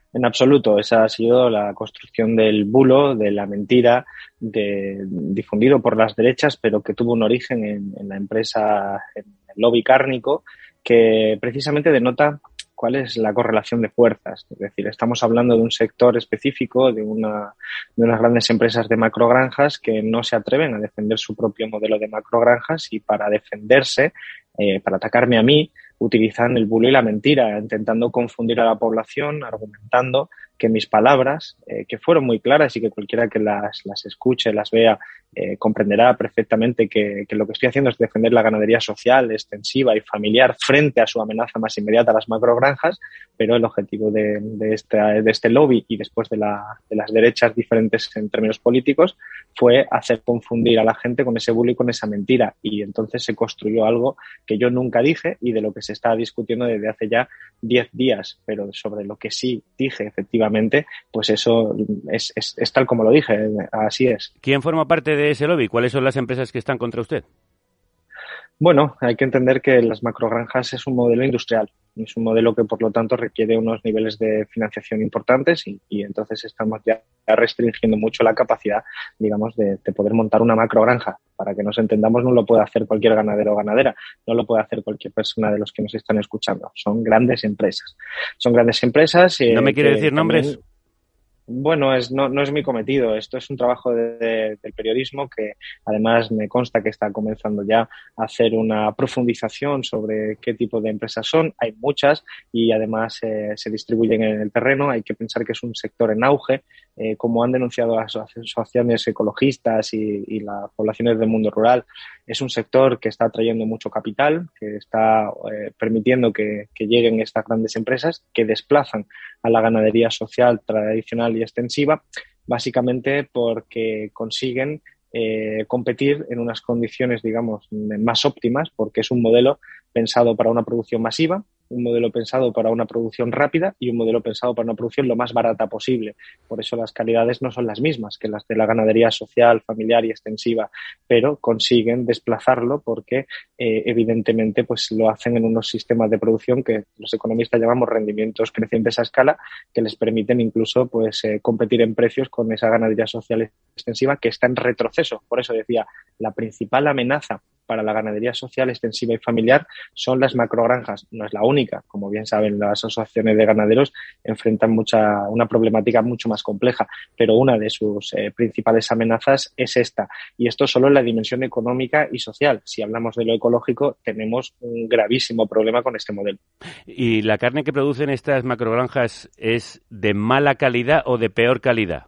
En absoluto, esa ha sido la construcción del bulo, de la mentira, de, difundido por las derechas, pero que tuvo un origen en, en la empresa, en el lobby cárnico, que precisamente denota cuál es la correlación de fuerzas. Es decir, estamos hablando de un sector específico, de, una, de unas grandes empresas de macrogranjas que no se atreven a defender su propio modelo de macrogranjas y para defenderse, eh, para atacarme a mí, utilizan el bulo y la mentira, intentando confundir a la población, argumentando que mis palabras, eh, que fueron muy claras y que cualquiera que las, las escuche, las vea, eh, comprenderá perfectamente que, que lo que estoy haciendo es defender la ganadería social, extensiva y familiar frente a su amenaza más inmediata, las macrogranjas, pero el objetivo de, de, este, de este lobby y después de, la, de las derechas diferentes en términos políticos fue hacer confundir a la gente con ese bulo y con esa mentira. Y entonces se construyó algo que yo nunca dije y de lo que se está discutiendo desde hace ya diez días, pero sobre lo que sí dije efectivamente, pues eso es, es, es tal como lo dije, así es. ¿Quién forma parte de ese lobby? ¿Cuáles son las empresas que están contra usted? Bueno, hay que entender que las macrogranjas es un modelo industrial, es un modelo que por lo tanto requiere unos niveles de financiación importantes y, y entonces estamos ya restringiendo mucho la capacidad, digamos, de, de poder montar una macrogranja. Para que nos entendamos, no lo puede hacer cualquier ganadero o ganadera, no lo puede hacer cualquier persona de los que nos están escuchando. Son grandes empresas. Son grandes empresas. Eh, ¿No me quiere decir nombres? También, bueno, es, no, no es mi cometido. Esto es un trabajo de, de, del periodismo que además me consta que está comenzando ya a hacer una profundización sobre qué tipo de empresas son. Hay muchas y además eh, se distribuyen en el terreno. Hay que pensar que es un sector en auge. Eh, como han denunciado las asociaciones ecologistas y, y las poblaciones del mundo rural, es un sector que está atrayendo mucho capital, que está eh, permitiendo que, que lleguen estas grandes empresas que desplazan a la ganadería social tradicional y extensiva, básicamente porque consiguen eh, competir en unas condiciones, digamos, más óptimas, porque es un modelo pensado para una producción masiva, un modelo pensado para una producción rápida y un modelo pensado para una producción lo más barata posible. Por eso las calidades no son las mismas que las de la ganadería social, familiar y extensiva, pero consiguen desplazarlo porque eh, evidentemente pues lo hacen en unos sistemas de producción que los economistas llamamos rendimientos crecientes a escala, que les permiten incluso pues eh, competir en precios con esa ganadería social extensiva que está en retroceso. Por eso decía, la principal amenaza para la ganadería social, extensiva y familiar son las macrogranjas. No es la única, como bien saben, las asociaciones de ganaderos enfrentan mucha, una problemática mucho más compleja, pero una de sus eh, principales amenazas es esta. Y esto solo en la dimensión económica y social. Si hablamos de lo ecológico, tenemos un gravísimo problema con este modelo. ¿Y la carne que producen estas macrogranjas es de mala calidad o de peor calidad?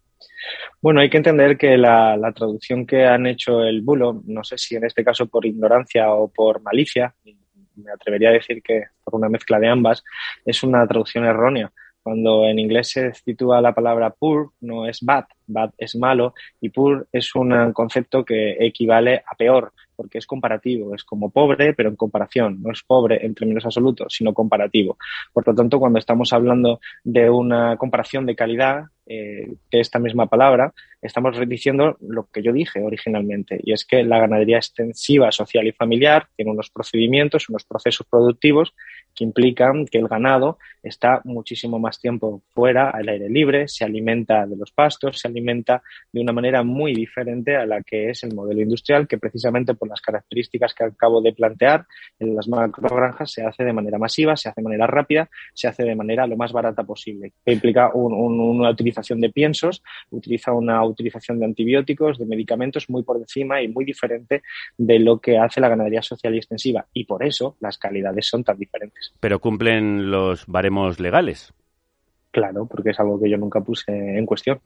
Bueno, hay que entender que la, la traducción que han hecho el bulo, no sé si en este caso por ignorancia o por malicia, me atrevería a decir que por una mezcla de ambas, es una traducción errónea. Cuando en inglés se sitúa la palabra poor, no es bad, bad es malo, y poor es un concepto que equivale a peor, porque es comparativo, es como pobre, pero en comparación, no es pobre en términos absolutos, sino comparativo. Por lo tanto, cuando estamos hablando de una comparación de calidad, eh, de esta misma palabra, estamos diciendo lo que yo dije originalmente, y es que la ganadería extensiva, social y familiar tiene unos procedimientos, unos procesos productivos que implican que el ganado está muchísimo más tiempo fuera, al aire libre, se alimenta de los pastos, se alimenta de una manera muy diferente a la que es el modelo industrial, que precisamente por las características que acabo de plantear, en las macrogranjas se hace de manera masiva, se hace de manera rápida, se hace de manera lo más barata posible, que implica un, un, una utilización de piensos, utiliza una utilización de antibióticos, de medicamentos muy por encima y muy diferente de lo que hace la ganadería social y extensiva, y por eso las calidades son tan diferentes. Pero cumplen los baremos legales. Claro, porque es algo que yo nunca puse en cuestión.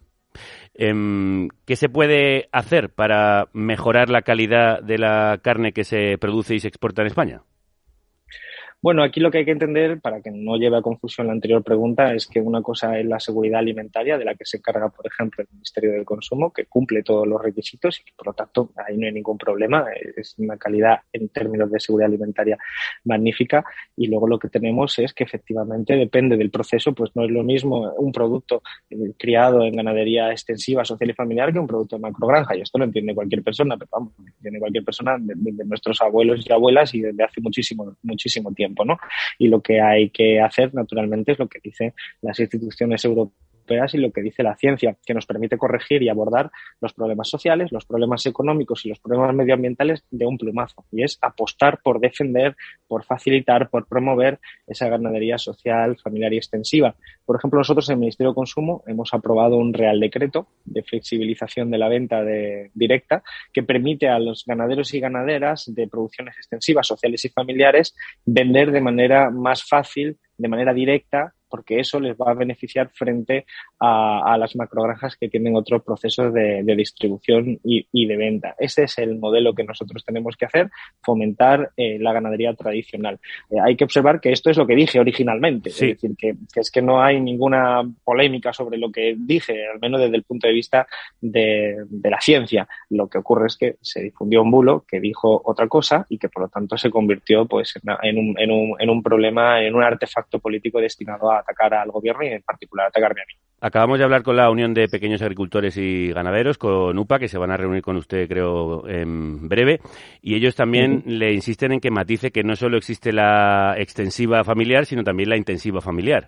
¿Qué se puede hacer para mejorar la calidad de la carne que se produce y se exporta en España? Bueno, aquí lo que hay que entender, para que no lleve a confusión la anterior pregunta, es que una cosa es la seguridad alimentaria, de la que se encarga, por ejemplo, el Ministerio del Consumo, que cumple todos los requisitos y que, por lo tanto, ahí no hay ningún problema. Es una calidad en términos de seguridad alimentaria magnífica. Y luego lo que tenemos es que, efectivamente, depende del proceso, pues no es lo mismo un producto eh, criado en ganadería extensiva, social y familiar que un producto de macrogranja. Y esto lo entiende cualquier persona, pero vamos, lo entiende cualquier persona de, de, de nuestros abuelos y abuelas y desde hace muchísimo, muchísimo tiempo. tiempo, ¿no? Y lo que hay que hacer, naturalmente, es lo que dicen las instituciones europeas y lo que dice la ciencia, que nos permite corregir y abordar los problemas sociales, los problemas económicos y los problemas medioambientales de un plumazo. Y es apostar por defender, por facilitar, por promover esa ganadería social, familiar y extensiva. Por ejemplo, nosotros en el Ministerio de Consumo hemos aprobado un Real Decreto de flexibilización de la venta de, directa que permite a los ganaderos y ganaderas de producciones extensivas, sociales y familiares vender de manera más fácil, de manera directa, porque eso les va a beneficiar frente a, a las macrogranjas que tienen otros procesos de, de distribución y, y de venta. Ese es el modelo que nosotros tenemos que hacer, fomentar eh, la ganadería tradicional. Eh, hay que observar que esto es lo que dije originalmente, sí. Es decir, que, que es que no hay ninguna polémica sobre lo que dije, al menos desde el punto de vista de, de la ciencia. Lo que ocurre es que se difundió un bulo que dijo otra cosa y que por lo tanto se convirtió pues en, en, un, en, un, en un problema, en un artefacto político destinado a atacar al gobierno y en particular atacarme a mí. Acabamos de hablar con la Unión de Pequeños Agricultores y Ganaderos, con U P A, que se van a reunir con usted, creo, en breve, y ellos también uh-huh. le insisten en que matice que no solo existe la extensiva familiar, sino también la intensiva familiar.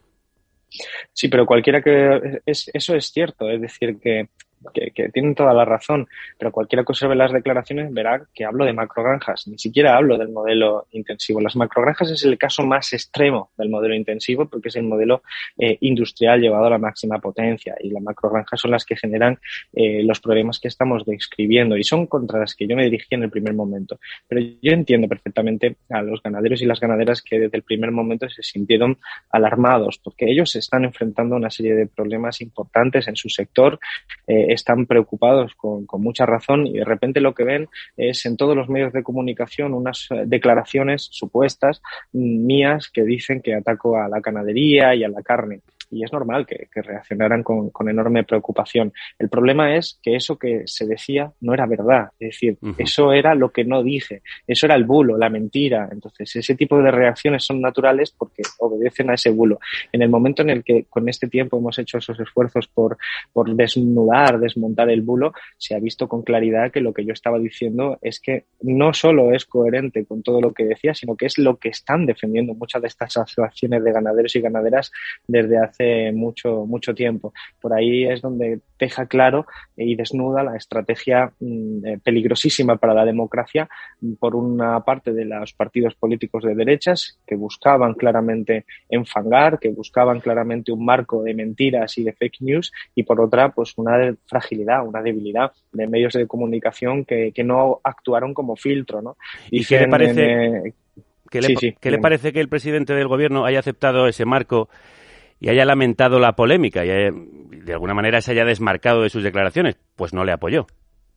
Sí, pero cualquiera que... Es, eso es cierto, es decir, que Que, que tienen toda la razón, pero cualquiera que observe las declaraciones verá que hablo de macrogranjas, ni siquiera hablo del modelo intensivo. Las macrogranjas es el caso más extremo del modelo intensivo porque es el modelo eh, industrial llevado a la máxima potencia y las macrogranjas son las que generan eh, los problemas que estamos describiendo y son contra las que yo me dirigí en el primer momento. Pero yo entiendo perfectamente a los ganaderos y las ganaderas que desde el primer momento se sintieron alarmados porque ellos se están enfrentando a una serie de problemas importantes en su sector, eh, están preocupados con, con mucha razón y de repente lo que ven es en todos los medios de comunicación unas declaraciones supuestas mías que dicen que ataco a la ganadería y a la carne. Y es normal que, que reaccionaran con, con enorme preocupación. El problema es que eso que se decía no era verdad. Es decir, uh-huh. eso era lo que no dije. Eso era el bulo, la mentira. Entonces, ese tipo de reacciones son naturales porque obedecen a ese bulo. En el momento en el que con este tiempo hemos hecho esos esfuerzos por, por desnudar, desmontar el bulo, se ha visto con claridad que lo que yo estaba diciendo es que no solo es coherente con todo lo que decía, sino que es lo que están defendiendo muchas de estas asociaciones de ganaderos y ganaderas desde hace mucho mucho tiempo. Por ahí es donde deja claro y desnuda la estrategia eh, peligrosísima para la democracia por una parte de los partidos políticos de derechas que buscaban claramente enfangar, que buscaban claramente un marco de mentiras y de fake news y por otra pues una fragilidad, una debilidad de medios de comunicación que, que no actuaron como filtro, ¿no? ¿Y, ¿Y qué le parece, en, eh, ¿qué le, sí, sí, ¿qué le parece que el presidente del gobierno haya aceptado ese marco y haya lamentado la polémica y haya, de alguna manera se haya desmarcado de sus declaraciones? Pues no le apoyó.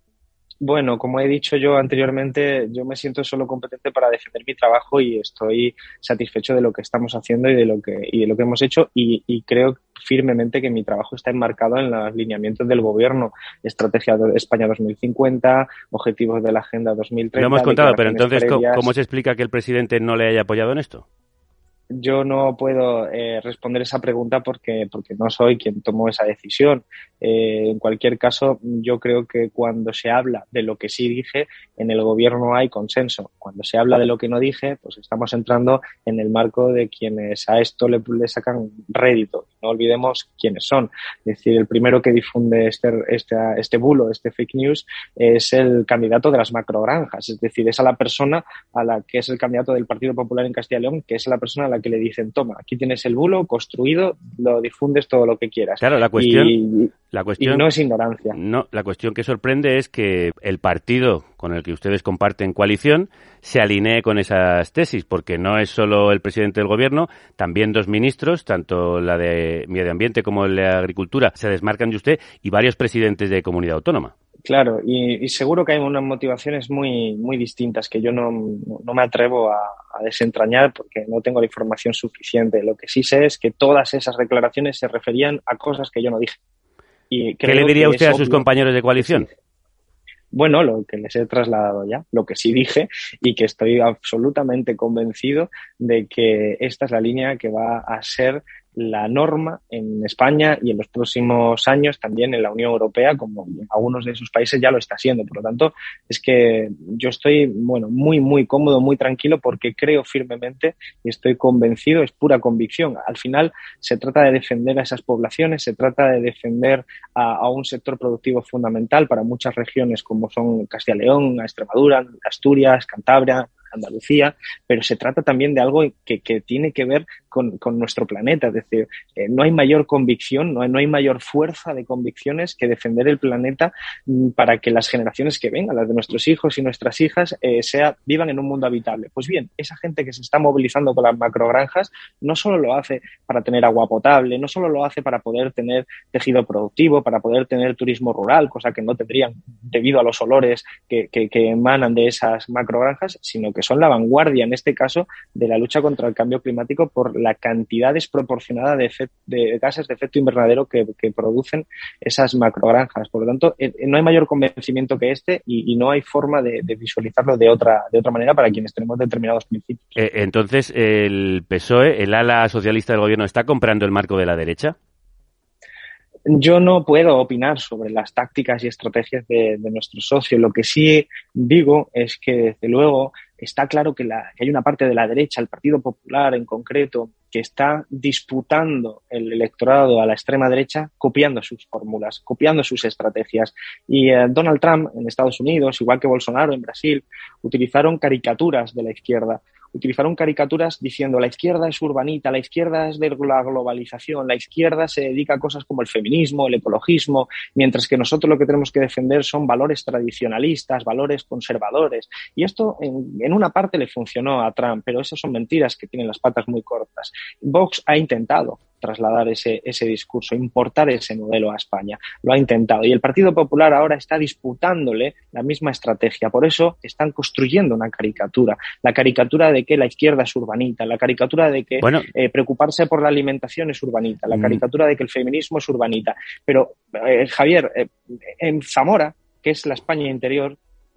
Bueno, como he dicho yo anteriormente, yo me siento solo competente para defender mi trabajo y estoy satisfecho de lo que estamos haciendo y de lo que y de lo que hemos hecho y, y creo firmemente que mi trabajo está enmarcado en los lineamientos del gobierno, Estrategia de España dos mil cincuenta, objetivos de la Agenda dos mil treinta. Lo hemos contado, pero entonces, previas. ¿cómo se explica que el presidente no le haya apoyado en esto? Yo no puedo eh, responder esa pregunta porque, porque no soy quien tomó esa decisión. Eh, en cualquier caso, yo creo que cuando se habla de lo que sí dije, en el gobierno hay consenso. Cuando se habla de lo que no dije, pues estamos entrando en el marco de quienes a esto le, le sacan rédito. No olvidemos quiénes son. Es decir, el primero que difunde este, este, este bulo, este fake news, es el candidato de las macrogranjas. Es decir, es a la persona a la que es el candidato del Partido Popular en Castilla y León, que es la persona a la que le dicen, toma, aquí tienes el bulo construido, lo difundes todo lo que quieras. Claro, la cuestión, y, la cuestión y no es ignorancia. No, la cuestión que sorprende es que el partido con el que ustedes comparten coalición se alinee con esas tesis, porque no es solo el presidente del gobierno, también dos ministros, tanto la de Medio Ambiente como la de Agricultura, se desmarcan de usted y varios presidentes de comunidad autónoma. Claro, y, y seguro que hay unas motivaciones muy muy distintas que yo no, no me atrevo a, a desentrañar porque no tengo la información suficiente. Lo que sí sé es que todas esas declaraciones se referían a cosas que yo no dije. Y ¿qué le diría usted a sus compañeros de coalición? Bueno, lo que les he trasladado ya, lo que sí dije y que estoy absolutamente convencido de que esta es la línea que va a ser la norma en España y en los próximos años también en la Unión Europea, como algunos de esos países ya lo está haciendo. Por lo tanto, es que yo estoy, bueno, muy, muy cómodo, muy tranquilo, porque creo firmemente y estoy convencido, es pura convicción. Al final se trata de defender a esas poblaciones, se trata de defender a, a un sector productivo fundamental para muchas regiones como son Castilla y León, Extremadura, Asturias, Cantabria, Andalucía, pero se trata también de algo que, que tiene que ver con, con nuestro planeta. Es decir, eh, no hay mayor convicción, no hay, no hay mayor fuerza de convicciones que defender el planeta m, para que las generaciones que vengan, las de nuestros hijos y nuestras hijas, eh, sea, vivan en un mundo habitable. Pues bien, esa gente que se está movilizando con las macrogranjas no solo lo hace para tener agua potable, no solo lo hace para poder tener tejido productivo, para poder tener turismo rural, cosa que no tendrían debido a los olores que, que, que emanan de esas macrogranjas, sino que son la vanguardia, en este caso, de la lucha contra el cambio climático por la cantidad desproporcionada de, efect, de gases de efecto invernadero que, que producen esas macrogranjas. Por lo tanto, eh, no hay mayor convencimiento que este y, y no hay forma de, de visualizarlo de otra, de otra manera para quienes tenemos determinados principios. Eh, entonces, ¿el P S O E, el ala socialista del gobierno, está comprando el marco de la derecha? Yo no puedo opinar sobre las tácticas y estrategias de, de nuestro socio. Lo que sí digo es que, desde luego, está claro que, la, que hay una parte de la derecha, el Partido Popular en concreto, que está disputando el electorado a la extrema derecha, copiando sus fórmulas, copiando sus estrategias. Y eh, Donald Trump en Estados Unidos, igual que Bolsonaro en Brasil, utilizaron caricaturas de la izquierda. Utilizaron caricaturas diciendo la izquierda es urbanita, la izquierda es de la globalización, la izquierda se dedica a cosas como el feminismo, el ecologismo, mientras que nosotros lo que tenemos que defender son valores tradicionalistas, valores conservadores. Y esto en, en una parte le funcionó a Trump, pero esas son mentiras que tienen las patas muy cortas. Vox ha intentado trasladar ese, ese discurso, importar ese modelo a España. Lo ha intentado. Y el Partido Popular ahora está disputándole la misma estrategia. Por eso están construyendo una caricatura. La caricatura de que la izquierda es urbanita, la caricatura de que bueno. eh, preocuparse por la alimentación es urbanita, la caricatura de que el feminismo es urbanita. Pero, eh, Javier, eh, en Zamora, que es la España interior,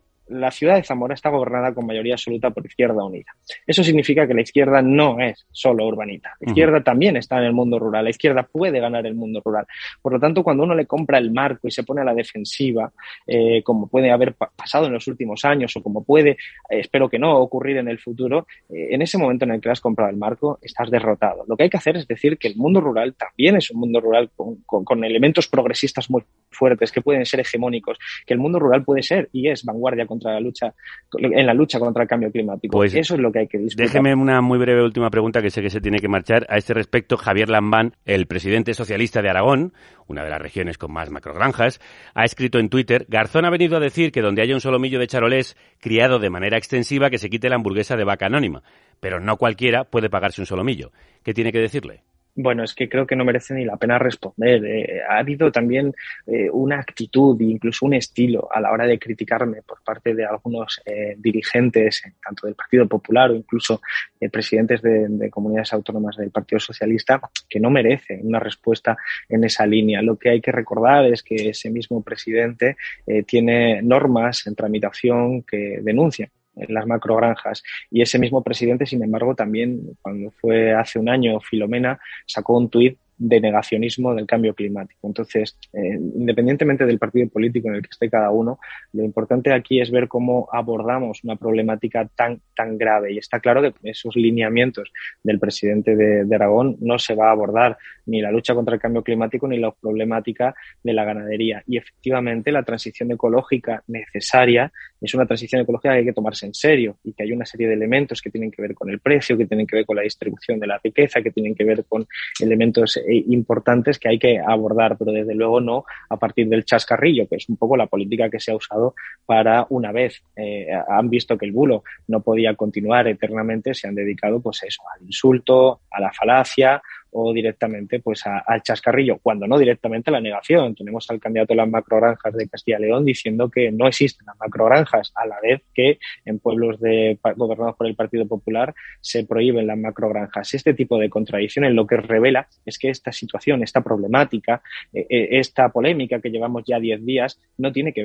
la ciudad de Zamora está gobernada con mayoría absoluta por Izquierda Unida. Eso significa que la izquierda no es solo urbanita. La izquierda uh-huh. también está en el mundo rural. La izquierda puede ganar el mundo rural. Por lo tanto, cuando uno le compra el marco y se pone a la defensiva, eh, como puede haber pa- pasado en los últimos años o como puede, eh, espero que no, ocurrir en el futuro, eh, en ese momento en el que has comprado el marco, estás derrotado. Lo que hay que hacer es decir que el mundo rural también es un mundo rural con, con, con elementos progresistas muy fuertes que pueden ser hegemónicos, que el mundo rural puede ser y es vanguardia contra la lucha, en la lucha contra el cambio climático. Pues eso es lo que hay que discutir. Déjeme una muy breve última pregunta que sé que se tiene que marchar. A este respecto, Javier Lambán, el presidente socialista de Aragón, una de las regiones con más macrogranjas, ha escrito en Twitter: Garzón ha venido a decir que donde haya un solomillo de charolés criado de manera extensiva, que se quite la hamburguesa de vaca anónima. Pero no cualquiera puede pagarse un solomillo. ¿Qué tiene que decirle? Bueno, es que creo que no merece ni la pena responder. Eh, ha habido también eh, una actitud e incluso un estilo a la hora de criticarme por parte de algunos eh, dirigentes, tanto del Partido Popular o incluso eh, presidentes de, de comunidades autónomas del Partido Socialista, que no merece una respuesta en esa línea. Lo que hay que recordar es que ese mismo presidente eh, tiene normas en tramitación que denuncian en las macrogranjas. Y ese mismo presidente, sin embargo, también cuando fue hace un año Filomena, sacó un tuit de negacionismo del cambio climático. Entonces, eh, independientemente del partido político en el que esté cada uno, lo importante aquí es ver cómo abordamos una problemática tan tan grave. Y está claro que con esos lineamientos del presidente de, de Aragón no se va a abordar ni la lucha contra el cambio climático ni la problemática de la ganadería. Y efectivamente la transición ecológica necesaria es una transición ecológica que hay que tomarse en serio y que hay una serie de elementos que tienen que ver con el precio, que tienen que ver con la distribución de la riqueza, que tienen que ver con elementos importantes que hay que abordar, pero desde luego no a partir del chascarrillo, que es un poco la política que se ha usado para, una vez eh, han visto que el bulo no podía continuar eternamente, se han dedicado pues eso, al insulto, a la falacia o directamente pues a, al chascarrillo, cuando no directamente a la negación. Tenemos al candidato de las macrogranjas de Castilla y León diciendo que no existen las macrogranjas, a la vez que en pueblos de, gobernados por el Partido Popular se prohíben las macrogranjas. Este tipo de contradicciones lo que revela es que esta situación, esta problemática, eh, esta polémica que llevamos ya diez días no tiene que ver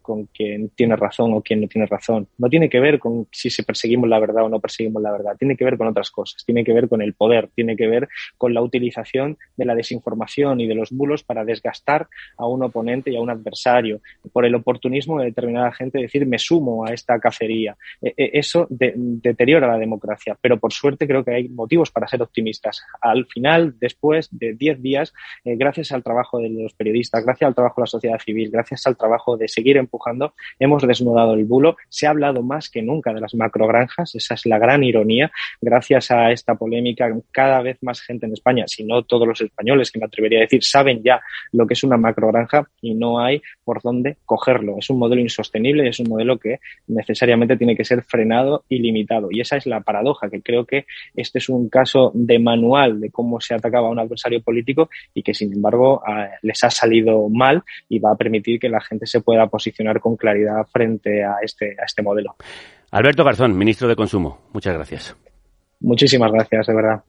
con quién tiene razón o quién no tiene razón. No tiene que ver con si se perseguimos la verdad o no perseguimos la verdad. Tiene que ver con otras cosas. Tiene que ver con el poder. Tiene que ver con la utilización de la desinformación y de los bulos para desgastar a un oponente y a un adversario. Por el oportunismo de determinada gente decir me sumo a esta cacería. Eh, eh, eso de, deteriora la democracia. Pero por suerte creo que hay motivos para ser optimistas. Al final, después de diez días, eh, gracias al trabajo de los periodistas, gracias al trabajo de la sociedad civil, gracias al trabajo de seguir empujando, hemos desnudado el bulo. Se ha hablado más que nunca de las macrogranjas, esa es la gran ironía. Gracias a esta polémica, cada vez más gente en España, si no todos los españoles, que me atrevería a decir, saben ya lo que es una macrogranja y no hay por dónde cogerlo. Es un modelo insostenible y es un modelo que necesariamente tiene que ser frenado y limitado. Y esa es la paradoja, que creo que este es un caso de manual de cómo se atacaba a un adversario político y que, sin embargo, a, les ha salido mal y va a permitir que la gente se pueda posicionar con claridad frente a este, a este modelo. Alberto Garzón, ministro de Consumo, muchas gracias. Muchísimas gracias, de verdad.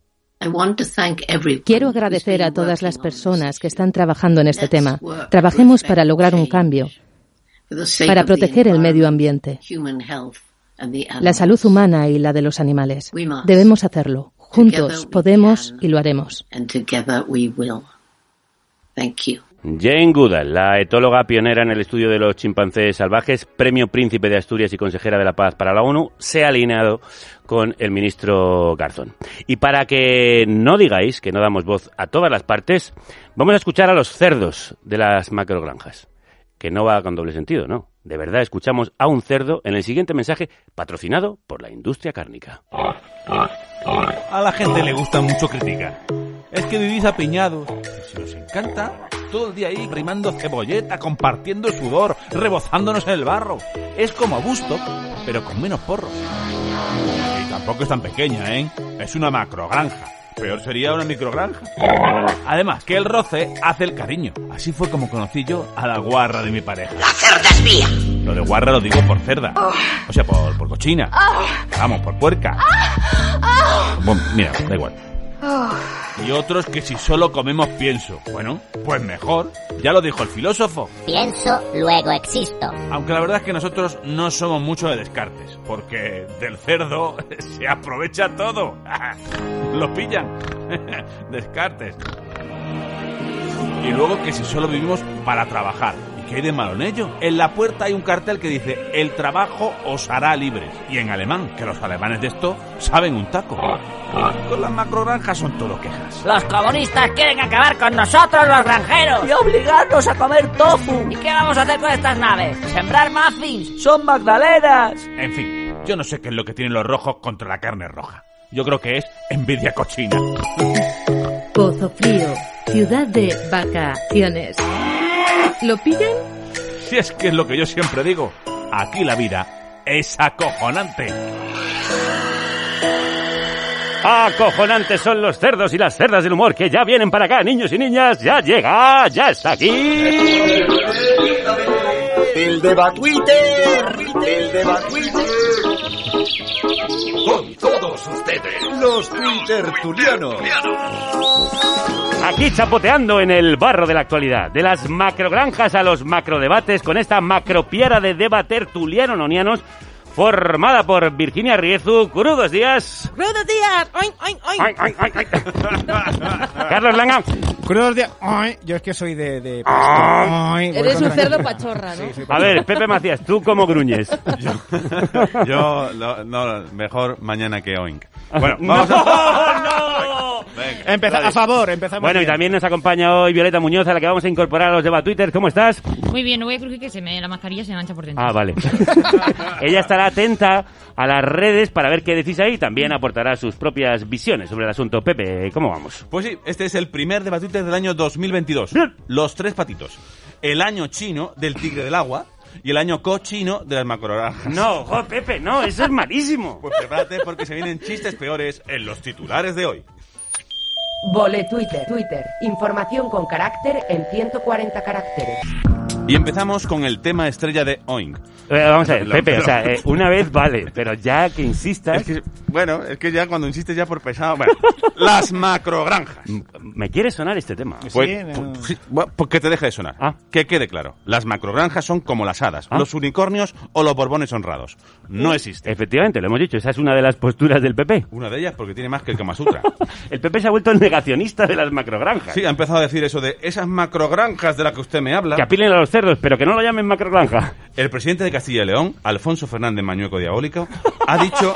Quiero agradecer a todas las personas que están trabajando en este tema. Trabajemos para lograr un cambio, para proteger el medio ambiente, la salud humana y la de los animales. Debemos hacerlo. Juntos podemos y lo haremos. Jane Goodall, la etóloga pionera en el estudio de los chimpancés salvajes, premio Príncipe de Asturias y consejera de la Paz para la ONU, se ha alineado con el ministro Garzón. Y para que no digáis que no damos voz a todas las partes, vamos a escuchar a los cerdos de las macrogranjas. Que no va con doble sentido, ¿no? De verdad, escuchamos a un cerdo en el siguiente mensaje patrocinado por la industria cárnica. A la gente le gusta mucho criticar. Es que vivís apiñados. Si os encanta, todo el día ahí rimando cebolleta, compartiendo sudor, rebozándonos en el barro. Es como a gusto, pero con menos porros. Y tampoco es tan pequeña, ¿eh? Es una macrogranja. Peor sería una microgranja. Además, que el roce hace el cariño. Así fue como conocí yo a la guarra de mi pareja. ¡La cerda es mía! Lo de guarra lo digo por cerda. Oh. O sea, por, por cochina. Oh. Vamos, por puerca. Oh. Bueno, mira, da igual. Oh. Y otros que si solo comemos pienso. Bueno, pues mejor. Ya lo dijo el filósofo. Pienso, luego existo. Aunque la verdad es que nosotros no somos mucho de descartes, porque del cerdo se aprovecha todo. Lo pillan. Descartes. Y luego que si solo vivimos para trabajar. ¿Qué hay de malo en ello? En la puerta hay un cartel que dice el trabajo os hará libres. Y en alemán, que los alemanes de esto saben un taco. Con las macrogranjas son todo quejas. Los comunistas quieren acabar con nosotros los granjeros y obligarnos a comer tofu. ¿Y qué vamos a hacer con estas naves? ¿Sembrar muffins? ¡Son magdalenas! En fin, yo no sé qué es lo que tienen los rojos contra la carne roja. Yo creo que es envidia cochina. Pozo Frío, ciudad de vacaciones. ¿Lo pillan? Si es que es lo que yo siempre digo. Aquí la vida es acojonante. Acojonantes son los cerdos y las cerdas del humor que ya vienen para acá, niños y niñas. Ya llega, ya está aquí. El deba Twitter, el deba Twitter. Con todos ustedes, los twittertulianos. Aquí chapoteando en el barro de la actualidad, de las macrogranjas a los macrodebates, con esta macropiara de debatertuliano-nonianos, formada por Virginia Riezu. ¡Crudos días! ¡Crudos días! ¡Oin, oin, oin! ¡Oin, oin, oin, oin! Carlos Langa. ¡Crudos días! ¡Oin! Yo es que soy de... de ¡Oin! Eres un cerdo pachorra, ¿no? Sí, a ver, Pepe Macías, ¿tú cómo gruñes? Yo, yo no, no, mejor mañana que oink. Bueno, vamos ¡No, a... no! Venga, Empeza, a favor, empezamos. Bueno, bien. Y también nos acompaña hoy Violeta Muñoz, a la que vamos a incorporar a los Deba Twitter. ¿Cómo estás? Muy bien, no voy a crujir que se me, la mascarilla se me mancha por dentro. Ah, vale. Ella estará atenta a las redes para ver qué decís ahí. También aportará sus propias visiones sobre el asunto. Pepe, ¿cómo vamos? Pues sí, este es el primer Deba Twitter del año dos mil veintidós. Los tres patitos. El año chino del tigre del agua y el año cochino de las macrogranjas. No, jo, Pepe, no, eso es malísimo. Pues prepárate porque se vienen chistes peores en los titulares de hoy. Vole Twitter, Twitter, información con carácter en ciento cuarenta caracteres. Y empezamos con el tema estrella de Oink. Eh, vamos a ver, Pepe, o sea, eh, una vez vale, pero ya que insistas... Es que, bueno, es que ya cuando insistes ya por pesado... Bueno, las macrogranjas. Me quiere sonar este tema. Pues, sí, no. pues, sí, bueno, pues que te deje de sonar. Ah. Que quede claro. Las macrogranjas son como las hadas, ah. los unicornios o los borbones honrados. No existen. Efectivamente, lo hemos dicho, esa es una de las posturas del P P. Una de ellas porque tiene más que el Kama Sutra. El P P se ha vuelto el negacionista de las macrogranjas. Sí, ha empezado a decir eso de esas macrogranjas de las que usted me habla. Que apilen a los cerdos, pero que no lo llamen macrogranja. El presidente de Castilla y León, Alfonso Fernández Mañueco Diabólico, ha dicho...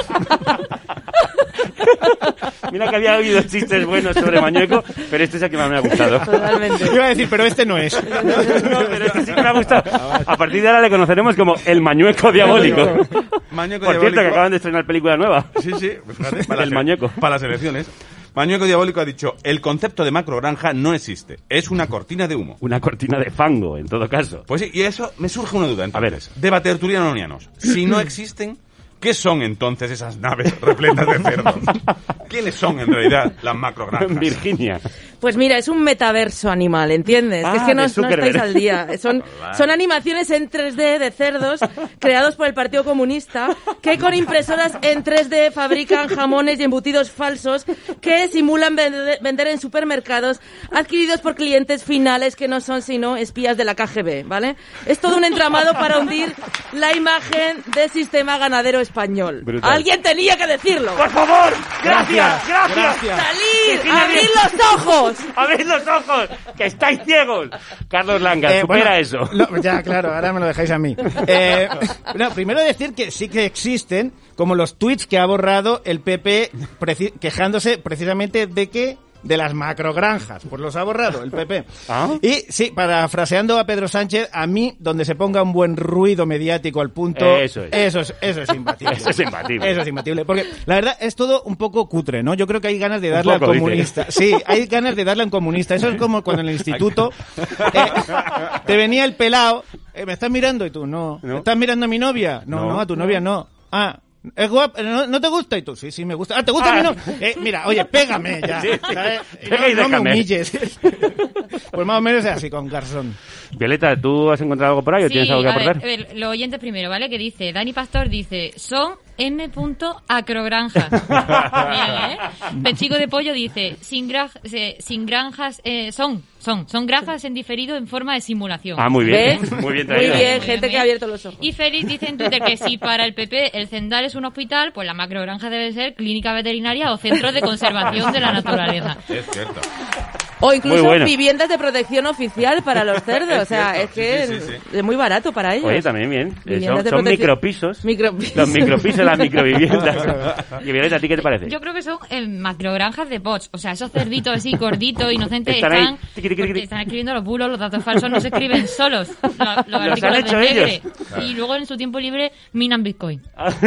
Mira que había oído chistes buenos sobre Mañueco, pero este es el que más me ha gustado. Totalmente. Iba a decir, pero este no es. No, pero este sí que me ha gustado. A partir de ahora le conoceremos como el Mañueco Diabólico. Mañueco Por Diabólico. cierto, que acaban de estrenar película nueva. Sí, sí, pues fíjate, para el las, Mañueco. Para las elecciones. Mañueco Diabólico ha dicho, el concepto de macrogranja no existe, es una cortina de humo. Una cortina de fango, en todo caso. Pues sí, y eso me surge una duda, entonces. A ver. De batertulianonianos, si no existen, ¿qué son entonces esas naves repletas de cerdos? ¿Quiénes son en realidad las macrogranjas? Virginia. Pues mira, es un metaverso animal, ¿entiendes? Ah, que es que no, de no Zuckerberg. estáis al día. Son, son animaciones en tres D de cerdos creados por el Partido Comunista que con impresoras en tres D fabrican jamones y embutidos falsos que simulan vende- vender en supermercados adquiridos por clientes finales que no son sino espías de la K G B, ¿vale? Es todo un entramado para hundir la imagen del sistema ganadero español. Brutal. Alguien tenía que decirlo. ¡Por favor! ¡Gracias! ¡Gracias! ¡Salir! Virginia, ¡Abrid bien. los ojos! ¡Abrid los ojos! ¡Que estáis ciegos! Carlos Langa, Eh, supera bueno, eso. lo- ya, claro, ahora me lo dejáis a mí. Eh, no, primero decir que sí que existen, como los tweets que ha borrado el P P preci- quejándose precisamente de que de las macrogranjas, pues los ha borrado el P P. ¿Ah? Y sí, parafraseando a Pedro Sánchez, a mí, donde se ponga un buen ruido mediático al punto, Eso es. eso es, eso es imbatible. Eso es imbatible. Eso es imbatible. Porque la verdad es todo un poco cutre, ¿no? Yo creo que hay ganas de darle al poco, comunista. Sí, hay ganas de darle a un comunista. Eso es como cuando en el instituto eh, te venía el pelao, eh, me estás mirando y tú, no. ¿No? ¿Estás mirando a mi novia? No, no, No. a tu novia no. Ah. ¿Es guapa? ¿No, ¿No te gusta? Y tú, sí, sí, me gusta. Ah, ¿te gusta Ah. a mí no? Eh, mira, oye, pégame ya. Sí, sí. ¿sabes? Pega y No, no me déjame. humilles. Pues más o menos es así con Garzón. Violeta, ¿tú has encontrado algo por ahí o Sí, tienes algo que a ver, aportar? a ver, los oyentes primero, ¿vale? Que dice, Dani Pastor dice, son M. Acrogranjas. Bien, ¿eh? Pechico de Pollo dice, sin, graj- eh, sin granjas, eh, son, son, son granjas en diferido en forma de simulación. Ah, muy bien. ¿Ves? Muy bien Muy traído. bien, gente que ha abierto los ojos. Y Félix dice en Twitter que si para el P P el Zendal es un hospital, pues la macrogranja debe ser clínica veterinaria o centro de conservación de la naturaleza. Es cierto. O Muy incluso bueno. viviendas de protección oficial para los cerdos. O sea, es que Sí, sí, sí, sí. es muy barato para ellos. Oye, también bien. Eh, Viviendas Son, de son protección. micropisos. Micropisos. Los micropisos, las microviviendas. Y Violeta, ¿a ti qué te parece? Yo creo que son eh, macrogranjas de bots. O sea, esos cerditos así gorditos, inocentes, Están ahí. están, Tiqui, tiqui, porque tiqui. están escribiendo los bulos, los datos falsos no se escriben solos. Lo- Los, Los artículos han hecho de Negre. ellos. Y luego en su tiempo libre minan Bitcoin.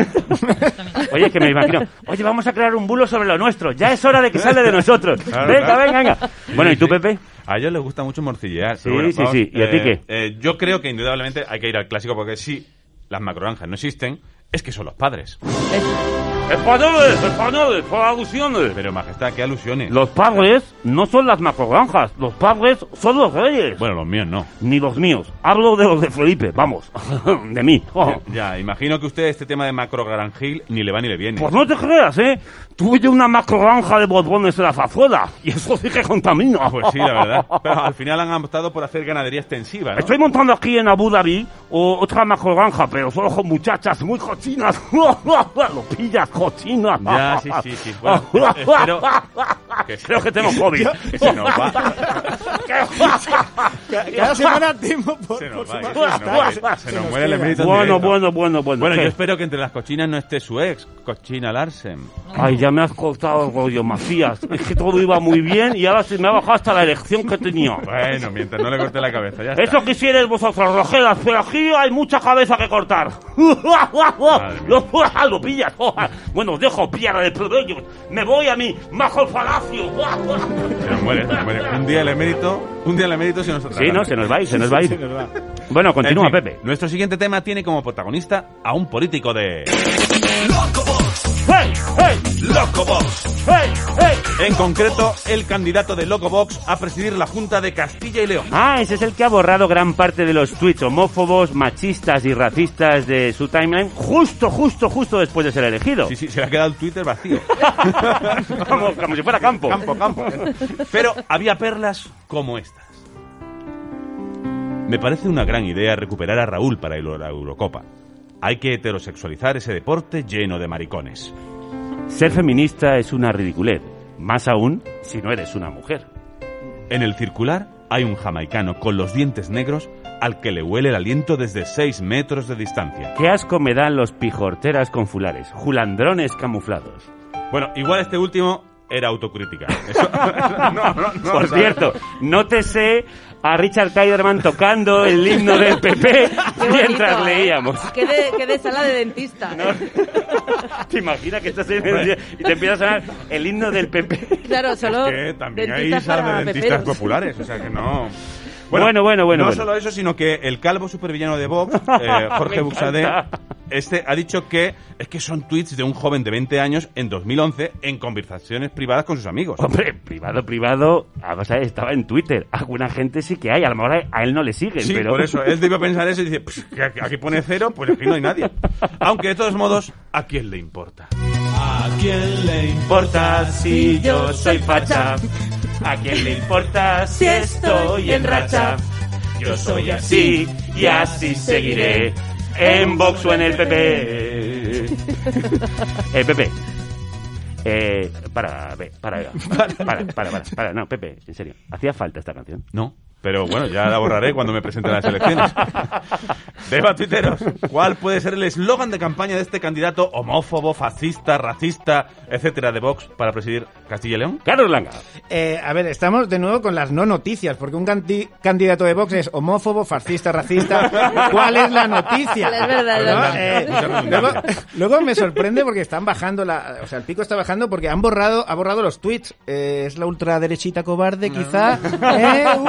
Oye, es que me imagino, oye, vamos a crear un bulo sobre lo nuestro. Ya es hora de que sale de nosotros. Claro, venga, claro. venga, venga. Bueno, ¿y tú, Pepe? A ellos les gusta mucho morcillear. Sí, pero bueno, sí, vamos, sí. ¿Y a ti eh, qué? eh, yo creo que indudablemente hay que ir al clásico porque si las macrogranjas no existen, es que son los padres. Españoles, españoles, por alusiones. Pero, majestad, ¿qué alusiones? Los padres no son las macrogranjas, los padres son los reyes. Bueno, los míos no. Ni los míos. Hablo de los de Felipe, vamos. De mí. Oh. Ya, imagino que usted este tema de macrogranjil ni le va ni le viene. Pues no te creas, ¿eh? Tuve yo una macrogranja de borbones en la Zazuela y eso sí que contamina. Pues sí, la verdad. Pero al final han optado por hacer ganadería extensiva, ¿no? Estoy montando aquí en Abu Dhabi o, otra macrogranja, pero solo con muchachas muy cochinas. Lo pillas, cochinas. Ya, sí, sí, sí. Bueno, espero que, Creo que tengo COVID. que se nos va. Cada semana temo por, Se por nos va, su se nos majestad. va, se nos muere el emérito en Bueno, directo. bueno, bueno, bueno. Bueno, ¿Qué? yo espero que entre las cochinas no esté su ex, Cochina Larsen. Ay, ya me has cortado el rollo, Macías. Es que todo iba muy bien y ahora se me ha bajado hasta la elección que tenía. Bueno, mientras no le corte la cabeza, ya está. Eso quisierais vosotros, Rojeras, pero aquí hay mucha cabeza que cortar. Lo, lo pillas. Bueno, os dejo, piedra de plebeyos. Me voy a mi majo palacio. Se nos muere, se nos muere. Un día el emérito emérito, un día el emérito se nos Sí, no, se nos va a ir, se nos va a ir. Sí, se nos va. Bueno, continúa, En fin, Pepe. Nuestro siguiente tema tiene como protagonista a un político de... ¡Hey! ¡Hey! ¡Locobox! ¡Hey! ¡Hey! En concreto, el candidato de Locobox a presidir la Junta de Castilla y León. Ah, ese es el que ha borrado gran parte de los tweets homófobos, machistas y racistas de su timeline justo, justo, justo después de ser elegido. Sí, sí, se le ha quedado el Twitter vacío. como, como si fuera campo. Campo, campo. Pero había perlas como estas. Me parece una gran idea recuperar a Raúl para la Eurocopa. Hay que heterosexualizar ese deporte lleno de maricones. Ser feminista es una ridiculez, más aún si no eres una mujer. En el circular hay un jamaicano con los dientes negros al que le huele el aliento desde seis metros de distancia. Qué asco me dan los pijorteras con fulares, julandrones camuflados. Bueno, igual este último era autocrítica. Eso, no, no, no, Por cierto, nótese a Richard Clayderman tocando el himno del P P mientras bonito, leíamos. Qué de, qué de sala de dentista. No. ¿Te imaginas que estás en el día y te empieza a sonar el himno del P P? Claro, solo es que también hay dentistas salas para de dentistas peperos. populares, o sea que no... Bueno, bueno, bueno. No bueno. solo eso, sino que el calvo supervillano de Vox, eh, Jorge Me Buxadé, encanta. este ha dicho que es que son tweets de un joven de veinte años en dos mil once en conversaciones privadas con sus amigos. Hombre, privado, privado, ah, o sea, estaba en Twitter. Alguna gente sí que hay, a lo mejor a- a él no le siguen, Sí, pero... por eso, él debió pensar eso y dice, pues, que aquí aquí pone cero, pues aquí no hay nadie. Aunque de todos modos, ¿a quién le importa? ¿A quién le importa si yo soy facha? ¿A quién le importa si estoy en racha? Yo soy así y así seguiré, en Vox o en el P P. Eh, Pepe. Eh, para, ve, para, para, para, para, para, no, Pepe, en serio, ¿hacía falta esta canción? No, pero bueno, ya la borraré cuando me presente a las elecciones. Deba tuiteros, ¿cuál puede ser el eslogan de campaña de este candidato homófobo, fascista, racista, etcétera, de Vox para presidir Castilla y León? Carlos Langa. Eh, a ver, estamos de nuevo con las no noticias, porque un canti- candidato de Vox es homófobo, fascista, racista. ¿Cuál es la noticia? Es verdad, es ¿No? verdad. Eh, Mucha redundancia. luego, luego me sorprende porque están bajando la, o sea, el pico está bajando porque han borrado, ha borrado los tweets. Eh, es la ultraderechita cobarde, quizá. Eh, uh,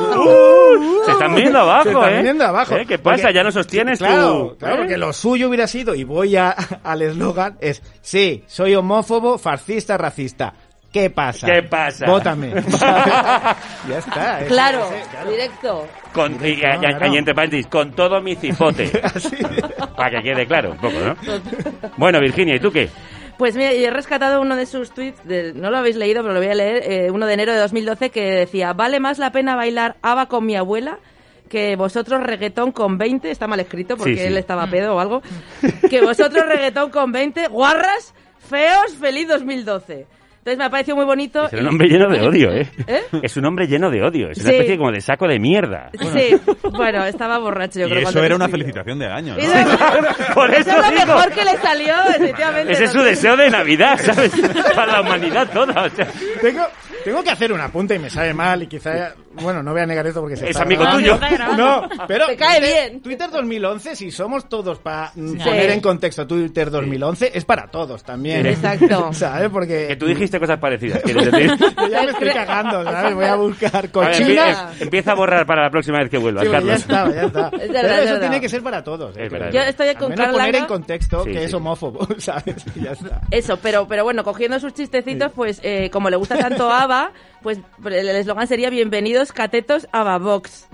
uh, Se están viendo abajo, se están ¿eh? viniendo abajo. ¿Eh? ¿Qué pasa? Porque- Ya no sostienes claro, tu... Claro, ¿eh? porque lo suyo hubiera sido, y voy a, al eslogan, es sí, soy homófobo, fascista, racista. ¿Qué pasa? ¿Qué pasa? Vótame. ya está. es- Claro, es- claro. directo. Con, y, y- No, y- claro. y entre paréntesis, con todo mi cipote. Así. Para que quede claro un poco, ¿no? Bueno, Virginia, ¿y tú qué? Pues mira, yo he rescatado uno de sus tweets, de- no lo habéis leído, pero lo voy a leer, eh, uno de enero de dos mil doce, que decía: vale más la pena bailar ABBA con mi abuela que vosotros reggaetón con veinte, está mal escrito porque Sí, sí. él estaba pedo o algo, que vosotros reggaetón con veinte, guarras, feos, feliz dos mil doce. Entonces me ha parecido muy bonito. Es un y- hombre lleno de odio, ¿eh? ¿Eh? Es un hombre lleno de odio. Es una Sí. especie como de saco de mierda. Sí, bueno, estaba borracho, yo Y creo. eso cuando era una escribió. felicitación de año, ¿no? Eso, Por eso eso es lo digo. mejor que le salió, efectivamente. Ese es su ¿no? deseo de Navidad, ¿sabes? Para la humanidad toda. O sea, Tengo, tengo que hacer un apunte y me sabe mal y quizá, bueno, no voy a negar esto porque se Es está amigo grabando. tuyo. No, pero Te cae Twitter- bien. Twitter dos mil once, si somos todos para poner en contexto Twitter dos mil once, es para todos también. Exacto. ¿Sabes? Porque que tú dijiste cosas parecidas, quieres decir. yo ya me estoy cagando, ¿sabes? Voy a buscar A ver, cochina. empie- empieza a borrar para la próxima vez que vuelvas, Sí, pues ya Carlos. está, ya está. Es Pero verdad, es eso verdad. tiene que ser para todos. ¿eh? Es verdad. Yo estoy Al con menos Carl poner Langa. en contexto Sí, que sí. es homófobo, ¿sabes? Y ya está. Eso, pero, pero bueno, cogiendo sus chistecitos, pues eh, como le gusta tanto ABBA, pues el el eslogan sería bienvenidos catetos a Babox.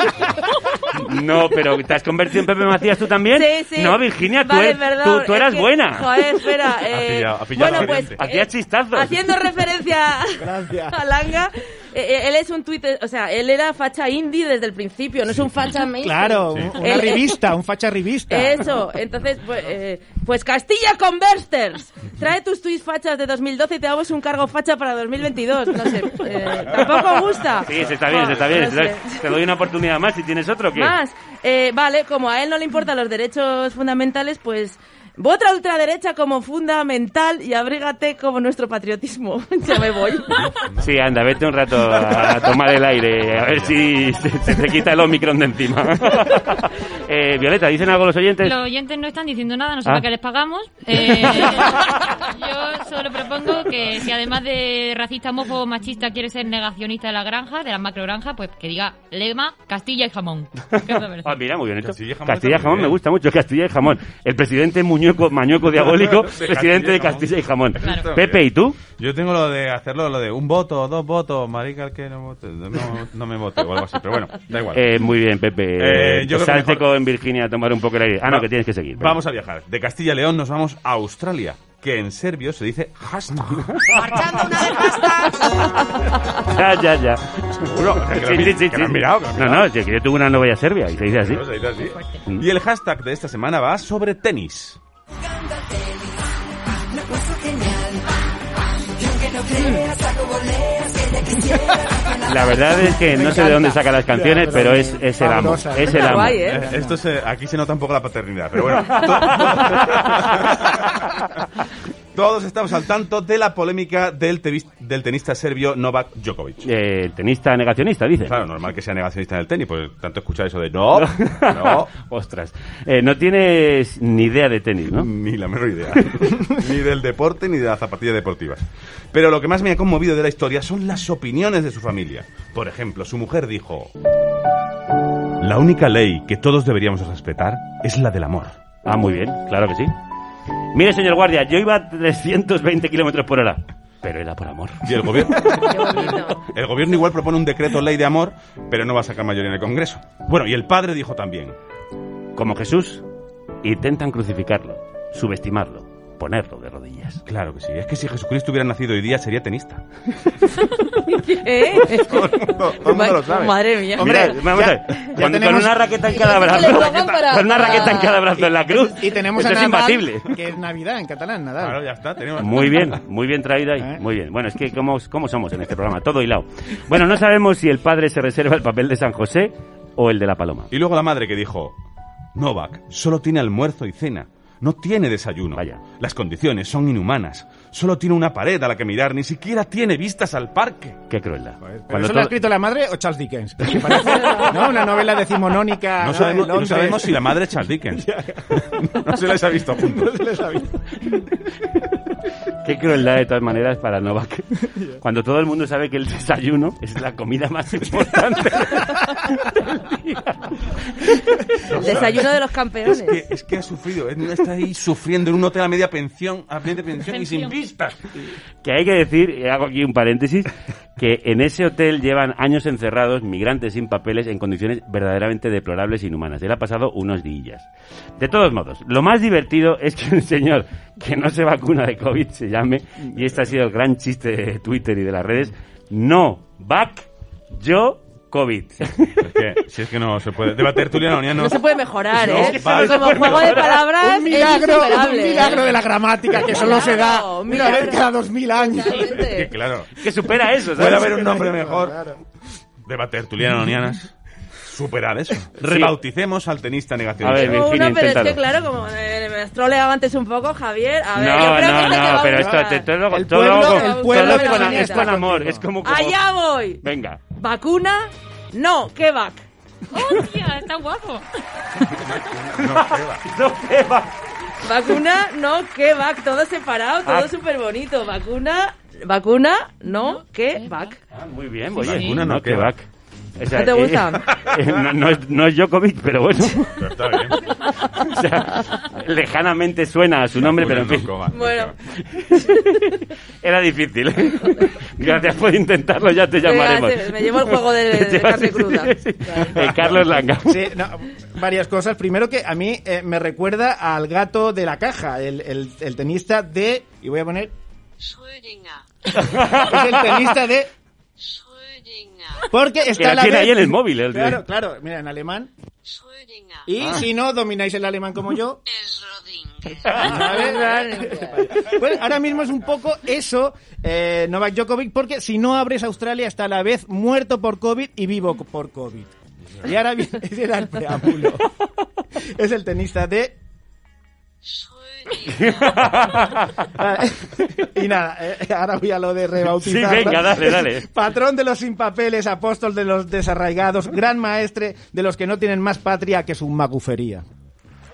No, pero ¿te has convertido en Pepe Macías tú también? Sí, sí. No, Virginia, tú, Vale, er- perdón, tú, tú es eras que- buena. Joder, espera. eh, pillado- ha pillado bueno, la pues variante. Hacías chistazos. haciendo referencia Gracias. a Langa, eh, eh, él es un Twitter, o sea, él era facha indie desde el principio, no es un facha mainstream. Claro, Sí. una Eh, eh, revista, un facha revista. Eso, entonces, pues, eh, pues Castilla Converters, trae tus tweets fachas de dos mil doce y te damos un cargo facha para dos mil veintidós. No sé, eh, ¿tampoco gusta? Sí, se está bien, se está bien. No sé. Te doy una oportunidad más si tienes otro, ¿qué? Más, eh, vale, como a él no le importan los derechos fundamentales, pues vota ultraderecha como fundamental y abrígate como nuestro patriotismo. Ya me voy. Sí, anda, vete un rato a, a tomar el aire, a ver si se, se te quita el Omicron de encima. eh, Violeta, ¿dicen algo los oyentes? Los oyentes no están diciendo nada, no sé Ah. para qué les les pagamos. Eh, yo solo propongo que si además de racista, homófobo, machista, quiere ser negacionista de la granja, de la macrogranja, pues que diga lema Castilla y jamón. Ah, mira, muy bien hecho. Castilla y jamón, Castilla y jamón bien. me gusta mucho, Castilla y jamón. El presidente muñeco, mañuco diabólico, De presidente de Castilla y Castilla y jamón. Claro. Pepe, ¿y tú? Yo tengo lo de hacerlo, lo de un voto, dos votos, marica el que no vote, no, no me vote o algo así, pero bueno, da igual. Eh, muy bien, Pepe. Eh, yo creo que Salte mejor- con Virginia a tomar un poco el aire. Ah, no, Va- que tienes que seguir. venga. Vamos a viajar. De Castilla y León nos vamos a Australia, que en serbio se dice hashtag. Marchando una de pasta. Ya, ya, ya. Seguro, que lo mi- que lo has mirado, que lo has No, mirado. no, si que yo tuve una novia serbia y se dice así. No, se dice así. Y el hashtag de esta semana va sobre tenis. La verdad es que no sé de dónde saca las canciones, pero es, es el amo. Es el amo. Eh, Esto se, aquí se nota un poco la paternidad, pero bueno. to- Todos estamos al tanto de la polémica del, tenis- del tenista serbio Novak Djokovic. Eh, tenista negacionista, dice. Claro, normal que sea negacionista en el tenis, pues tanto escuchar eso de no, no. Ostras. Eh, no tienes ni idea de tenis, ¿no? Ni la menor idea. Ni del deporte ni de las zapatillas deportivas. Pero lo que más me ha conmovido de la historia son las opiniones de su familia. Por ejemplo, su mujer dijo: la única ley que todos deberíamos respetar es la del amor. Ah, muy bien, claro que sí. Mire, señor guardia, yo iba a trescientos veinte kilómetros por hora, pero era por amor. Y el gobierno... El gobierno igual propone un decreto ley de amor, pero no va a sacar mayoría en el Congreso. Bueno, y el padre dijo también: como Jesús, intentan crucificarlo, subestimarlo, ponerlo de rodillas. Claro que sí, es que si Jesucristo hubiera nacido hoy día sería tenista. ¿Eh? Todo el mundo, todo el mundo lo sabe. Madre mía. Mira, vamos a ver, con, con una raqueta en cada brazo, para- con una raqueta en cada brazo en la cruz, Y tenemos esto a es Nadal, imbatible. que es Navidad en catalán, Nadal. Claro, ya está. Tenemos... Muy bien, muy bien traído ahí, muy bien. Bueno, es que cómo, cómo somos en este programa, todo hilado. Bueno, no sabemos si el padre se reserva el papel de San José o el de la paloma. Y luego la madre que dijo: Novak solo tiene almuerzo y cena, no tiene desayuno. Vaya. Las condiciones son inhumanas. Solo tiene una pared a la que mirar, ni siquiera tiene vistas al parque. Qué crueldad. ¿Pero Cuando eso lo ha todo- escrito la madre o Charles Dickens? Porque parece, ¿no? Una novela decimonónica. No ¿no? sabemos, de no Londres. sabemos si la madre es Charles Dickens. No se les ha visto juntos. No se les ha visto. Qué crueldad de todas maneras para Novak. Cuando todo el mundo sabe que el desayuno es la comida más importante del día. El desayuno de los campeones. Es que, es que ha sufrido, él está ahí sufriendo en un hotel a media pensión, a media pensión y sin vistas. Que hay que decir, y hago aquí un paréntesis, que en ese hotel llevan años encerrados migrantes sin papeles en condiciones verdaderamente deplorables e inhumanas. Él ha pasado unos días. De todos modos, lo más divertido es que un señor que no se vacuna de COVID se llame, y este ha sido el gran chiste de Twitter y de las redes, no, back, yo, COVID. Es que, si es que no se puede. Deba tertulia no, No se puede mejorar, No, ¿eh? vale. Como juego de palabras Un milagro, es insuperable, un milagro ¿eh? de la gramática que solo se da Claro, un una vez milagro. cada dos mil años. Que claro. Que supera eso, ¿sabes? Puede haber un nombre mejor. Claro. Deba tertuliana nonianas. Superar eso. Rebauticemos al tenista negacionista. A ver, Tengo Virginia, una, pero es inténtalo. que claro, como eh, me has troleado antes un poco, Javier. A ver, No, yo creo no, que este te va no, a pero esto gustar. te- todo, El todo, pueblo- todo- el todo pueblo es, con, Virginia es está con amor, es como... como- Allá voy. Venga. ¿Vacuna? No, ¿qué vac? ¡Hostia! Está guapo. No, ¿qué va? Vacuna, no, ¿qué vac? Todo separado, todo Ah. súper bonito. Vacuna, vacuna, no, ¿qué vac? Ah, muy bien, oye. Vacuna, no, no, que que va. vac. O sea, ¿No te que- gusta? eh, no, no es, no es Djokovic, pero bueno. Pero está bien. O sea, lejanamente suena a su nombre, pero en fin. No, coma. Bueno, Era difícil. Gracias por intentarlo, ya te llamaremos. Fíjate, me llevo el juego de- de carne cruda. Eh, Carlos Langa. Sí, no, varias cosas. Primero que a mí eh, me recuerda al gato de la caja, el, el, el tenista de... Y voy a poner... Es el tenista de... Porque Que está la a la tiene vez... ahí en el móvil. El Claro, claro. Mira, en alemán. Y Ah. si no domináis el alemán como yo... ¿Vale? Pues ahora mismo es un poco eso, eh, Novak Djokovic, porque si no abres Australia está a la vez muerto por COVID y vivo por COVID. Y ahora viene, ese era el preámbulo. Es el tenista de... Y nada, eh, ahora voy a lo de rebautizar. Sí, venga, dale, dale. Patrón de los sin papeles, apóstol de los desarraigados, gran maestre de los que no tienen más patria que su magufería.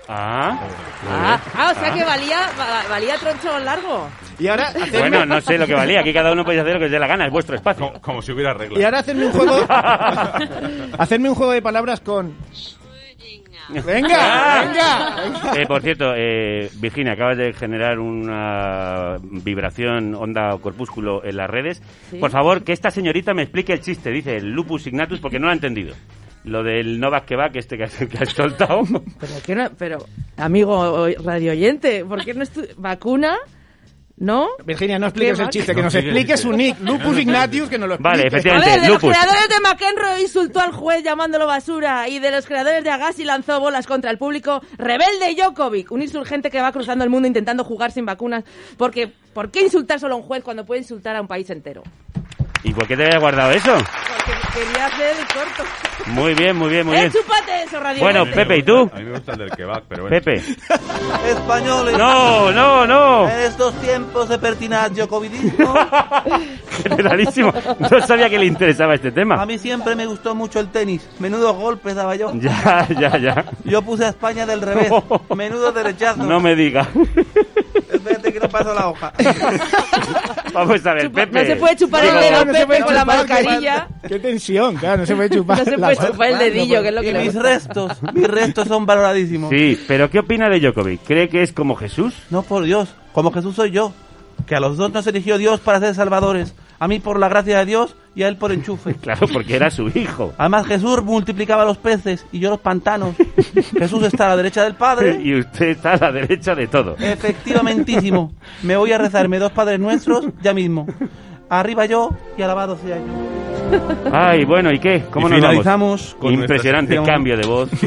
Ah, ah, ah, o sea que valía, valía troncho largo. Y ahora hacerme... Bueno, no sé lo que valía. Aquí cada uno puede hacer lo que os dé la gana. Es vuestro espacio. Como, como si hubiera reglas. Y ahora hacerme un juego... hacerme un juego de palabras con... ¡Venga! ¡Venga! Eh, por cierto, eh, Virginia, acabas de generar una vibración, onda o corpúsculo en las redes. ¿Sí? Por favor, que esta señorita me explique el chiste. Dice el lupus ignatus porque no lo ha entendido. Lo del Novak Kebak, este que has, que has soltado. Pero, ¿qué no? Pero, amigo radio oyente, ¿por qué no es tu vacuna? ¿No? Virginia, no expliques el chiste, que nos expliques su nick. Lupus Ignatius, que nos lo explique. Vale, efectivamente, a ver, de Lupus. Los creadores de McEnroe insultó al juez llamándolo basura, y de los creadores de Agassi lanzó bolas contra el público. Rebelde Djokovic, un insurgente que va cruzando el mundo intentando jugar sin vacunas. Porque, ¿por qué insultar solo a un juez cuando puede insultar a un país entero? ¿Y por qué te habías guardado eso? Porque quería hacer el corto. Muy bien, muy bien, muy eh, bien. Chúpate eso, radio. Bueno, Pepe, ¿y tú? A mí me gusta el del kebab, pero bueno. Pepe. Españoles. No, no, no. En estos tiempos de pertinazio covidismo. Generalísimo. No sabía que le interesaba este tema. A mí siempre me gustó mucho el tenis. Menudos golpes daba yo. Ya, ya, ya. Yo puse a España del revés. Menudo derechazo. No me diga. Espérate que no paso la hoja. Vamos a ver, Chupa, Pepe. No se puede chupar el dedo, no Pepe, con la mascarilla. Qué, qué tensión, claro, no se puede chupar. No se puede chupar el dedillo, que es lo que y le mis gusta. restos, mis restos son valoradísimos. Sí, pero ¿qué opina de Djokovic? ¿Cree que es como Jesús? No, por Dios, como Jesús soy yo. Que a los dos nos eligió Dios para ser salvadores. A mí por la gracia de Dios y a él por enchufe. Claro, porque era su hijo. Además Jesús multiplicaba los peces y yo los pantanos. Jesús está a la derecha del Padre. Y usted está a la derecha de todo. Efectivamentísimo. Me voy a rezarme dos Padres Nuestros ya mismo. Arriba yo y alabado sea yo. Ay, bueno, ¿y qué? ¿Cómo y nos finalizamos vamos? Con impresionante nuestra cambio de voz.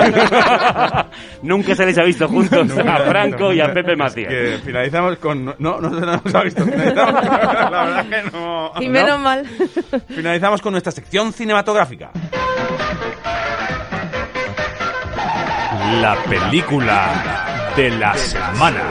Nunca se les ha visto juntos a Franco y a Pepe Macías. Que finalizamos con... No, no, no se nos ha visto. Finalizamos, la verdad que no... Y menos ¿no? mal. Finalizamos con nuestra sección cinematográfica. La película de la semana.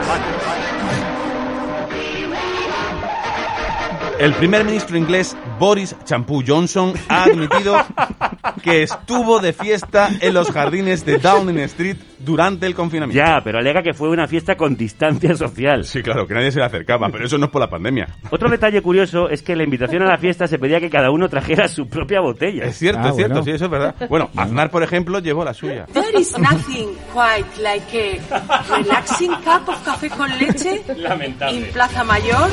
El primer ministro inglés Boris Champú Johnson ha admitido que estuvo de fiesta en los jardines de Downing Street durante el confinamiento. Ya, pero alega que fue una fiesta con distancia social. Sí, claro, que nadie se le acercaba, pero eso no es por la pandemia. Otro detalle curioso es que en la invitación a la fiesta se pedía que cada uno trajera su propia botella. Es cierto, Ah, es cierto, bueno. sí, eso es verdad. Bueno, Aznar, por ejemplo, llevó la suya. There is nothing quite like a relaxing cup of café con leche Lamentable. en Plaza Mayor.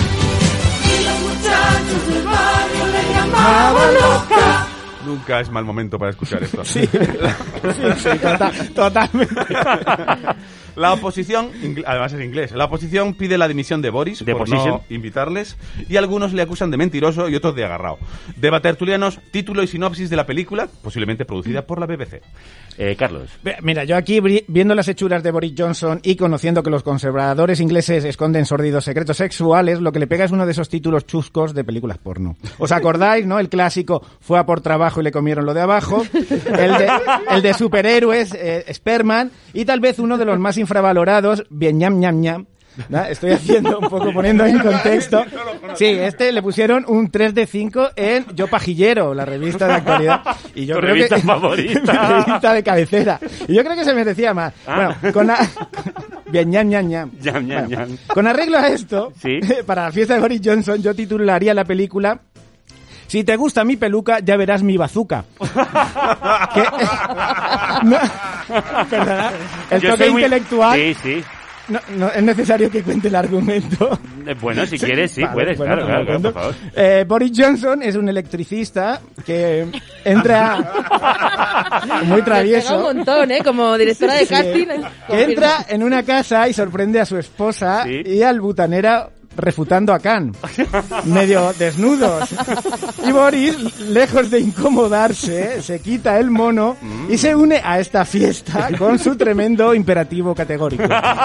Nunca es mal momento para escuchar esto. Sí, sí, sí, total, totalmente. La oposición, ingl- además es inglés, la oposición pide la dimisión de Boris De por position. no invitarles y algunos le acusan de mentiroso y otros de agarrao. Debatertulianos, título y sinopsis de la película, posiblemente producida por la B B C. Eh, Carlos. Ve- Mira, yo aquí bri- viendo las hechuras de Boris Johnson y conociendo que los conservadores ingleses esconden sórdidos secretos sexuales, lo que le pega es uno de esos títulos chuscos de películas porno. ¿Os acordáis, no? El clásico fue a por trabajo y le comieron lo de abajo. El de, el de superhéroes, eh, Sperman. Y tal vez uno de los más infravalorados, bien ñam ñam ñam. ¿No? Estoy haciendo un poco, poniendo en contexto. Sí, este le pusieron un tres de cinco en Yo Pajillero, la revista de actualidad. Y yo Tu creo revista que, favorita. mi revista de cabecera. Y yo creo que se merecía más. Ah. Bueno, con la... Bien, ñam, ñam, ñam. Ñam, ñam, Bueno, ñam. con arreglo a esto, Sí. para la fiesta de Boris Johnson, yo titularía la película Si te gusta mi peluca, ya verás mi bazooka. Que- No, perdona, el Yo toque soy muy- intelectual... Sí, sí. No, no, es necesario que cuente el argumento. Eh, Bueno, si quieres, sí, Vale, puedes, bueno, claro, no lo claro, claro, cuento. por favor. Eh, Boris Johnson es un electricista que entra muy Me pega travieso. un montón, ¿eh? Como directora de Sí. casting. Que entra en una casa y sorprende a su esposa Sí. y al butanera refutando a Khan, medio desnudos. Y Boris, lejos de incomodarse, se quita el mono y se une a esta fiesta con su tremendo imperativo categórico.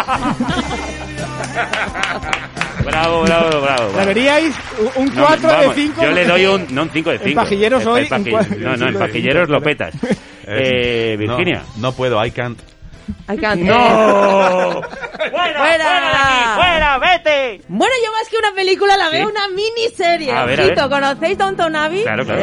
Bravo, bravo, bravo. ¿La veríais? Un No, cuatro de vamos, cinco. Yo le doy un, no un cinco de cinco. En pajilleros El- hoy, el paji- un cuatro- No, no, en cinco de pajilleros cinco, lo petas. Eh, Virginia. No, no puedo, I can't. I can't. ¡No! ¡Fuera! ¡Fuera, vete! Bueno, yo más que una película la ¿Sí? veo una miniserie. A ver, a Ojito, ver. ¿conocéis Downton Abbey? Claro, claro. ¿Eh?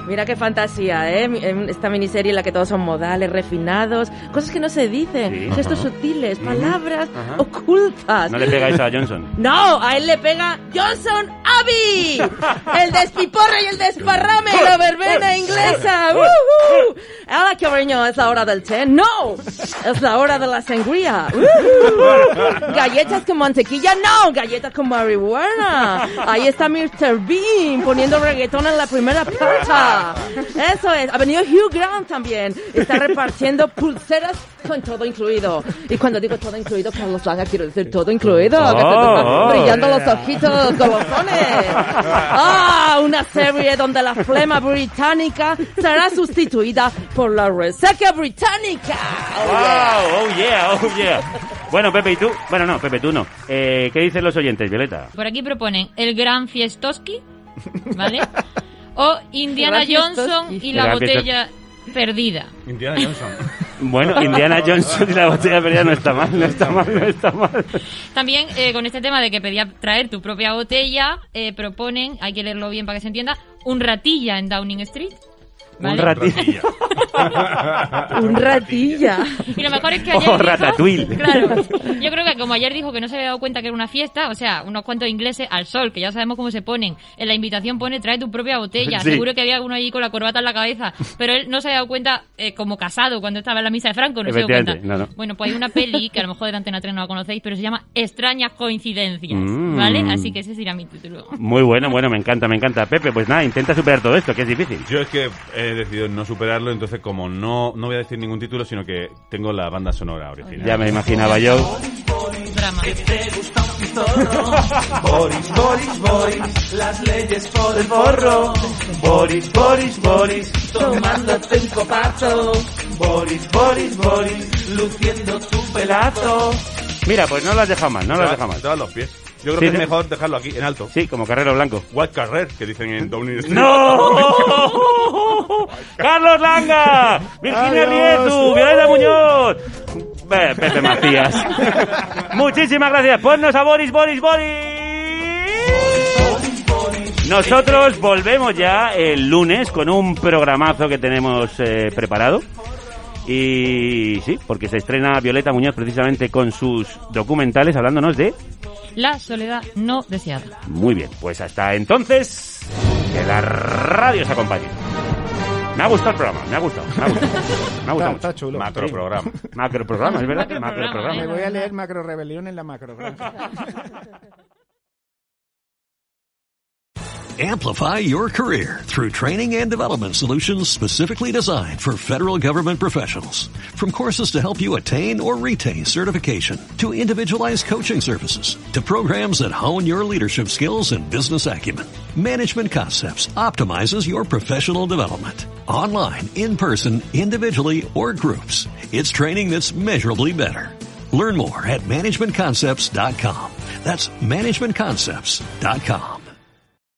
Mira qué fantasía, ¿eh? Esta miniserie en la que todos son modales, refinados, cosas que no se dicen, Sí. gestos Ajá. sutiles, Ujú. palabras Ajá. ocultas. No le pegáis a Johnson. No, a él le pega Johnson Abbey, el despiporre y el desparrame, la verbena inglesa. ¡Woohoo! Ahora, cariño, es la hora del té. No, es la hora de la sangría. ¡Woohoo! Galletas con mantequilla. No, galletas con marihuana. Ahí está mister Bean poniendo reggaetón en la primera planta. Eso es. Ha venido Hugh Grant también. Está repartiendo pulseras con todo incluido. Y cuando digo todo incluido, Carlos Langa, quiero decir todo incluido. Oh, que se te están oh, brillando yeah. los ojitos golosones. Ah, una serie donde la flema británica será sustituida por la resaca británica. Oh, yeah. Wow, oh yeah, oh yeah. Bueno, Pepe, ¿y tú? Bueno, no, Pepe, tú no. Eh, ¿Qué dicen los oyentes, Violeta? Por aquí proponen el Gran Fiestoski, ¿vale? O Indiana Gran Johnson Fiestoski. y la Gran botella perdida. Indiana Johnson. Bueno, Indiana Johnson y la botella perdida no está mal, no está mal, no está mal. También eh, con este tema de que pedía traer tu propia botella, eh, proponen, hay que leerlo bien para que se entienda, un ratilla en Downing Street. ¿Vale? Un ratilla. Un ratilla. Y lo mejor es que ayer Oh, dijo, Ratatouille. Claro, yo creo que como ayer dijo que no se había dado cuenta que era una fiesta, o sea, unos cuantos ingleses al sol, que ya sabemos cómo se ponen. En la invitación pone trae tu propia botella. Sí. Seguro que había alguno allí con la corbata en la cabeza, pero él no se había dado cuenta eh, como casado cuando estaba en la misa de Franco, no se dio cuenta. Efectivamente, no, no. Bueno, pues hay una peli que a lo mejor de Antena tres no la conocéis, pero se llama Extrañas coincidencias, Mm. ¿vale? Así que ese será mi título. Muy bueno, bueno, me encanta, me encanta. Pepe, pues nada, intenta superar todo esto, que es difícil. Yo es que he decidido no superarlo, entonces como no, no voy a decir ningún título, sino que tengo la banda sonora original. Ya me imaginaba yo. Drama. Boris, Boris, Boris, las leyes por el forro. Boris, Boris, Boris, tomándote un copazo. Boris, Boris, Boris, luciendo tu pelazo. Mira, pues no lo has dejado mal, no lo has dejado mal. Te vas los pies. Yo creo Sí, que ¿no? es mejor dejarlo aquí, en alto. Sí, como Carrero Blanco. White Carrer, que dicen en Downing Street. ¡No! ¡Carlos Langa! ¡Virginia Adiós. Rietu! ¡Violeta Muñoz! Pe- Pepe Macías. Muchísimas gracias. Ponnos a Boris, Boris, Boris. Nosotros volvemos ya el lunes con un programazo que tenemos eh, preparado. Y sí, porque se estrena Violeta Muñoz precisamente con sus documentales hablándonos de... La soledad no deseada. Muy bien, pues hasta entonces, que la radio os acompañe. Me ha gustado el programa, me ha gustado, me ha gustado. Me ha Está, gustado está mucho. chulo. Macro programa. Macro programa, es verdad. Macro Macro programa, programa. Me voy a leer Macro Rebelión en la Macro Granja. Amplify your career through training and development solutions specifically designed for federal government professionals. From courses to help you attain or retain certification, to individualized coaching services, to programs that hone your leadership skills and business acumen, Management Concepts optimizes your professional development. Online, in person, individually, or groups, it's training that's measurably better. Learn more at management concepts dot com. That's management concepts dot com.